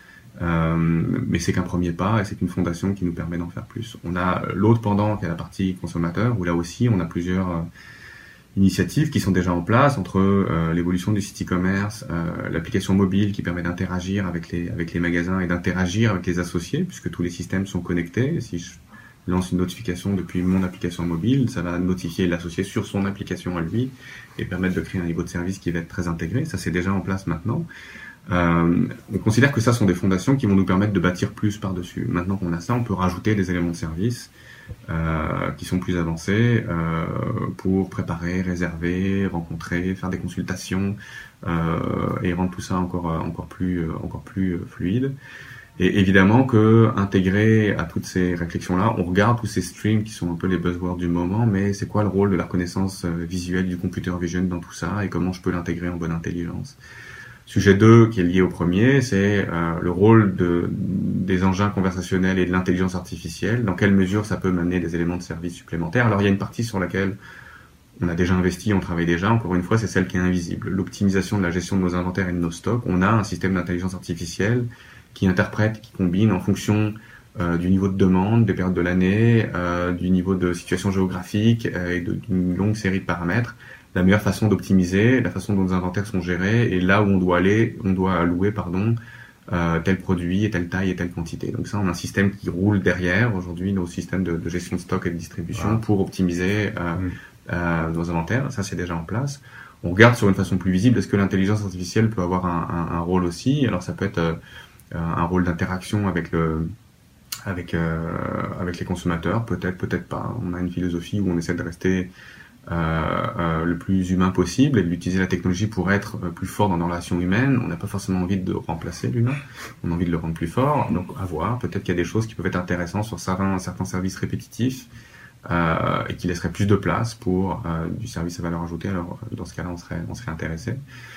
Euh, mais c'est qu'un premier pas et c'est qu'une fondation qui nous permet d'en faire plus. On a l'autre pendant qui est la partie consommateur, où là aussi, on a plusieurs euh, initiatives qui sont déjà en place entre euh, l'évolution du site e-commerce, euh, l'application mobile qui permet d'interagir avec les avec les magasins et d'interagir avec les associés puisque tous les systèmes sont connectés. Si je lance une notification depuis mon application mobile, ça va notifier l'associé sur son application à lui et permettre de créer un niveau de service qui va être très intégré. Ça, c'est déjà en place maintenant. Euh, on considère que ça sont des fondations qui vont nous permettre de bâtir plus par-dessus. Maintenant qu'on a ça, on peut rajouter des éléments de service euh, qui sont plus avancés euh, pour préparer, réserver, rencontrer, faire des consultations euh, et rendre tout ça encore encore plus encore plus fluide. Et évidemment que intégré à toutes ces réflexions-là, on regarde tous ces streams qui sont un peu les buzzwords du moment, mais c'est quoi le rôle de la reconnaissance visuelle, du computer vision dans tout ça et comment je peux l'intégrer en bonne intelligence. Sujet deux, qui est lié au premier, c'est euh, le rôle de, des engins conversationnels et de l'intelligence artificielle. Dans quelle mesure ça peut m'amener des éléments de service supplémentaires. Alors il y a une partie sur laquelle on a déjà investi, on travaille déjà. Encore une fois, c'est celle qui est invisible. L'optimisation de la gestion de nos inventaires et de nos stocks. On a un système d'intelligence artificielle qui interprète, qui combine en fonction euh, du niveau de demande, des périodes de l'année, euh, du niveau de situation géographique euh, et de, d'une longue série de paramètres, la meilleure façon d'optimiser, la façon dont nos inventaires sont gérés et là où on doit aller, on doit allouer pardon, euh, tel produit et telle taille et telle quantité. Donc ça, on a un système qui roule derrière aujourd'hui, nos systèmes de, de gestion de stock et de distribution wow. pour optimiser euh, mmh. euh, nos inventaires. Ça, c'est déjà en place. On regarde sur une façon plus visible, est-ce que l'intelligence artificielle peut avoir un, un, un rôle aussi? Alors ça peut être euh, un rôle d'interaction avec le avec euh, avec les consommateurs, peut-être, peut-être pas. On a une philosophie où on essaie de rester Euh, euh, le plus humain possible et d'utiliser la technologie pour être euh, plus fort dans nos relations humaines. On n'a pas forcément envie de remplacer l'humain, on a envie de le rendre plus fort. Donc à voir, peut-être qu'il y a des choses qui peuvent être intéressantes sur certains, certains services répétitifs euh, et qui laisseraient plus de place pour euh, du service à valeur ajoutée. Alors dans ce cas-là, on serait, on serait intéressé.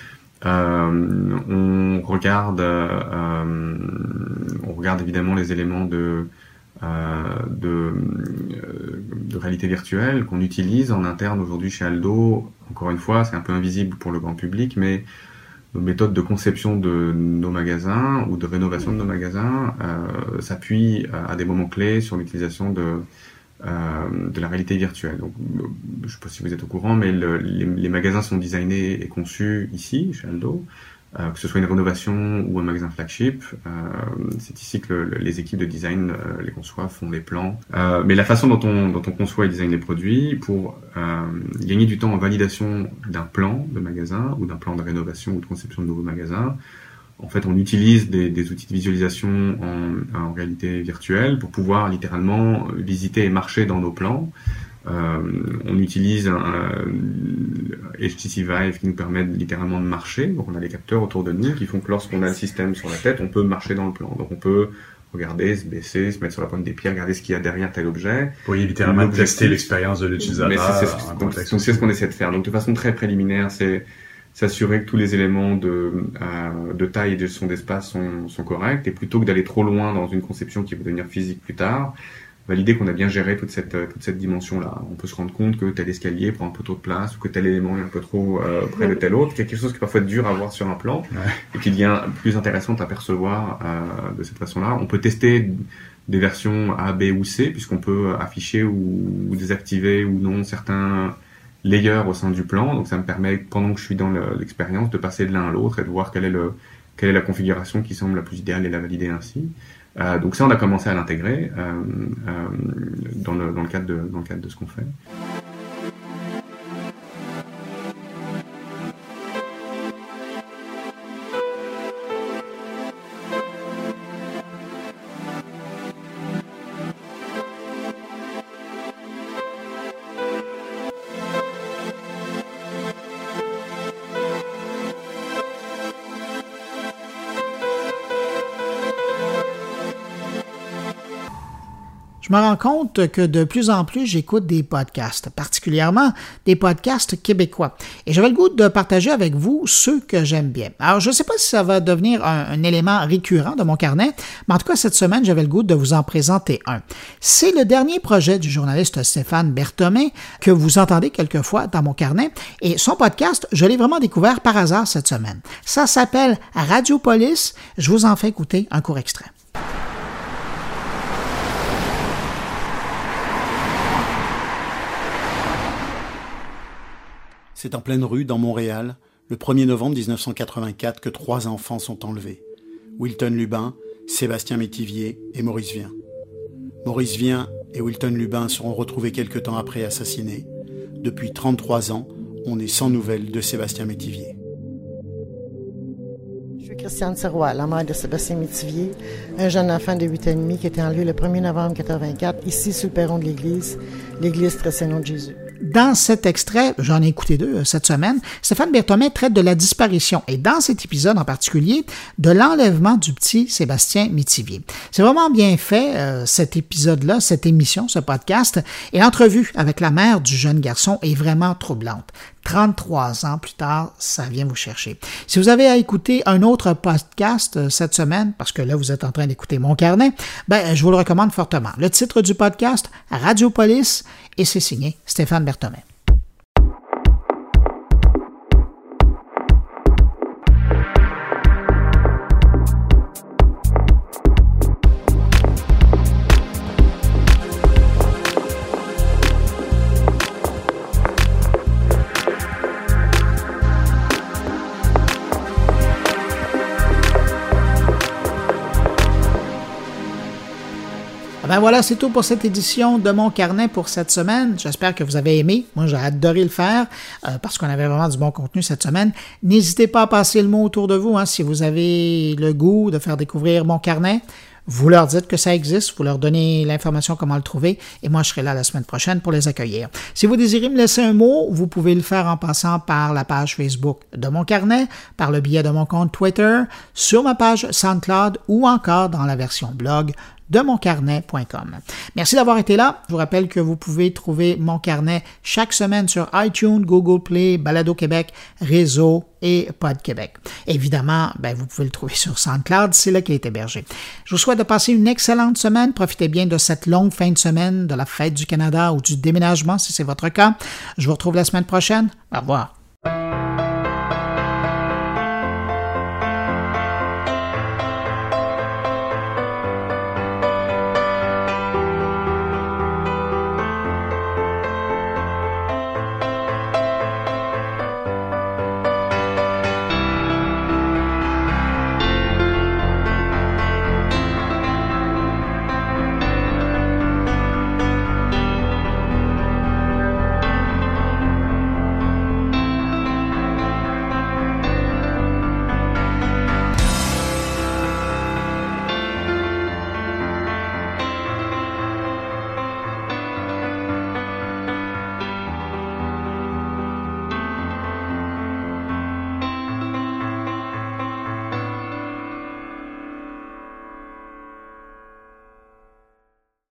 Euh, on regarde, euh, on regarde évidemment les éléments de Euh, de, euh, de réalité virtuelle qu'on utilise en interne aujourd'hui chez Aldo. Encore une fois, c'est un peu invisible pour le grand public, mais nos méthodes de conception de nos magasins ou de rénovation de nos magasins euh, s'appuient à des moments clés sur l'utilisation de, euh, de la réalité virtuelle. Donc, je ne sais pas si vous êtes au courant, mais le, les, les magasins sont designés et conçus ici, chez Aldo. Euh, que ce soit une rénovation ou un magasin flagship, euh, c'est ici que le, les équipes de design euh, les conçoivent, font les plans. Euh, mais la façon dont on, dont on conçoit et design les produits, pour euh, gagner du temps en validation d'un plan de magasin ou d'un plan de rénovation ou de conception de nouveaux magasins, en fait, on utilise des, des outils de visualisation en, en réalité virtuelle pour pouvoir littéralement visiter et marcher dans nos plans. Euh, on utilise un, un H T C Vive qui nous permet littéralement de marcher. Donc on a des capteurs autour de nous qui font que lorsqu'on a le système sur la tête, on peut marcher dans le plan. Donc on peut regarder, se baisser, se mettre sur la pointe des pieds, regarder ce qu'il y a derrière tel objet. Oui, littéralement tester l'expérience de l'utilisateur. Mais c'est, c'est, donc, donc c'est ce qu'on essaie de faire. Donc de façon très préliminaire, c'est s'assurer que tous les éléments de, euh, de taille et de gestion d'espace sont, sont corrects. Et plutôt que d'aller trop loin dans une conception qui va devenir physique plus tard, valider qu'on a bien géré toute cette toute cette dimension-là. On peut se rendre compte que tel escalier prend un peu trop de place ou que tel élément est un peu trop euh, près de tel autre. Quelque chose qui parfois est dur à voir sur un plan ouais. et qui devient plus intéressant à percevoir euh, de cette façon-là. On peut tester des versions A, B ou C puisqu'on peut afficher ou, ou désactiver ou non certains layers au sein du plan. Donc ça me permet, pendant que je suis dans le, l'expérience, de passer de l'un à l'autre et de voir quelle est le quelle est la configuration qui semble la plus idéale et la valider ainsi. Euh, donc ça, on a commencé à l'intégrer euh, euh, dans, le, dans, le cadre de, dans le cadre de ce qu'on fait. Je me rends compte que de plus en plus, j'écoute des podcasts, particulièrement des podcasts québécois. Et j'avais le goût de partager avec vous ceux que j'aime bien. Alors, je ne sais pas si ça va devenir un, un élément récurrent de mon carnet, mais en tout cas, cette semaine, j'avais le goût de vous en présenter un. C'est le dernier projet du journaliste Stéphane Berthomé que vous entendez quelquefois dans mon carnet. Et son podcast, je l'ai vraiment découvert par hasard cette semaine. Ça s'appelle Radiopolis. Je vous en fais écouter un court extrait. C'est en pleine rue, dans Montréal, le premier novembre dix-neuf cent quatre-vingt-quatre, que trois enfants sont enlevés. Wilton Lubin, Sébastien Métivier et Maurice Vien. Maurice Vien et Wilton Lubin seront retrouvés quelque temps après assassinés. Depuis trente-trois ans, on est sans nouvelles de Sébastien Métivier. Je Christiane Sirois, la mère de Sébastien Métivier, un jeune enfant de huit ans et demi qui a été enlevé le premier novembre quatre-vingt-quatre, ici sur le perron de l'église, l'église Très Saint-Nom de Jésus. Dans cet extrait, j'en ai écouté deux cette semaine, Stéphane Berthomet traite de la disparition et dans cet épisode en particulier, de l'enlèvement du petit Sébastien Métivier. C'est vraiment bien fait, euh, cet épisode-là, cette émission, ce podcast, et l'entrevue avec la mère du jeune garçon est vraiment troublante. trente-trois ans plus tard, ça vient vous chercher. Si vous avez à écouter un autre podcast euh, cette semaine, parce que là, vous êtes en train d'écouter mon carnet, ben, je vous le recommande fortement. Le titre du podcast, Radiopolis, et c'est signé Stéphane Berthomet. Ben voilà, c'est tout pour cette édition de Mon Carnet pour cette semaine. J'espère que vous avez aimé. Moi, j'ai adoré le faire euh, parce qu'on avait vraiment du bon contenu cette semaine. N'hésitez pas à passer le mot autour de vous hein, si vous avez le goût de faire découvrir Mon Carnet. Vous leur dites que ça existe, vous leur donnez l'information comment le trouver et moi je serai là la semaine prochaine pour les accueillir. Si vous désirez me laisser un mot, vous pouvez le faire en passant par la page Facebook de Mon Carnet, par le biais de mon compte Twitter, sur ma page SoundCloud ou encore dans la version blog de mon carnet point com. Merci d'avoir été là. Je vous rappelle que vous pouvez trouver Mon Carnet chaque semaine sur iTunes, Google Play, Balado Québec, Réseau et Pod Québec. Évidemment, ben, vous pouvez le trouver sur SoundCloud, c'est là qu'il est hébergé. Je vous souhaite de passer une excellente semaine. Profitez bien de cette longue fin de semaine de la Fête du Canada ou du déménagement, si c'est votre cas. Je vous retrouve la semaine prochaine. Au revoir.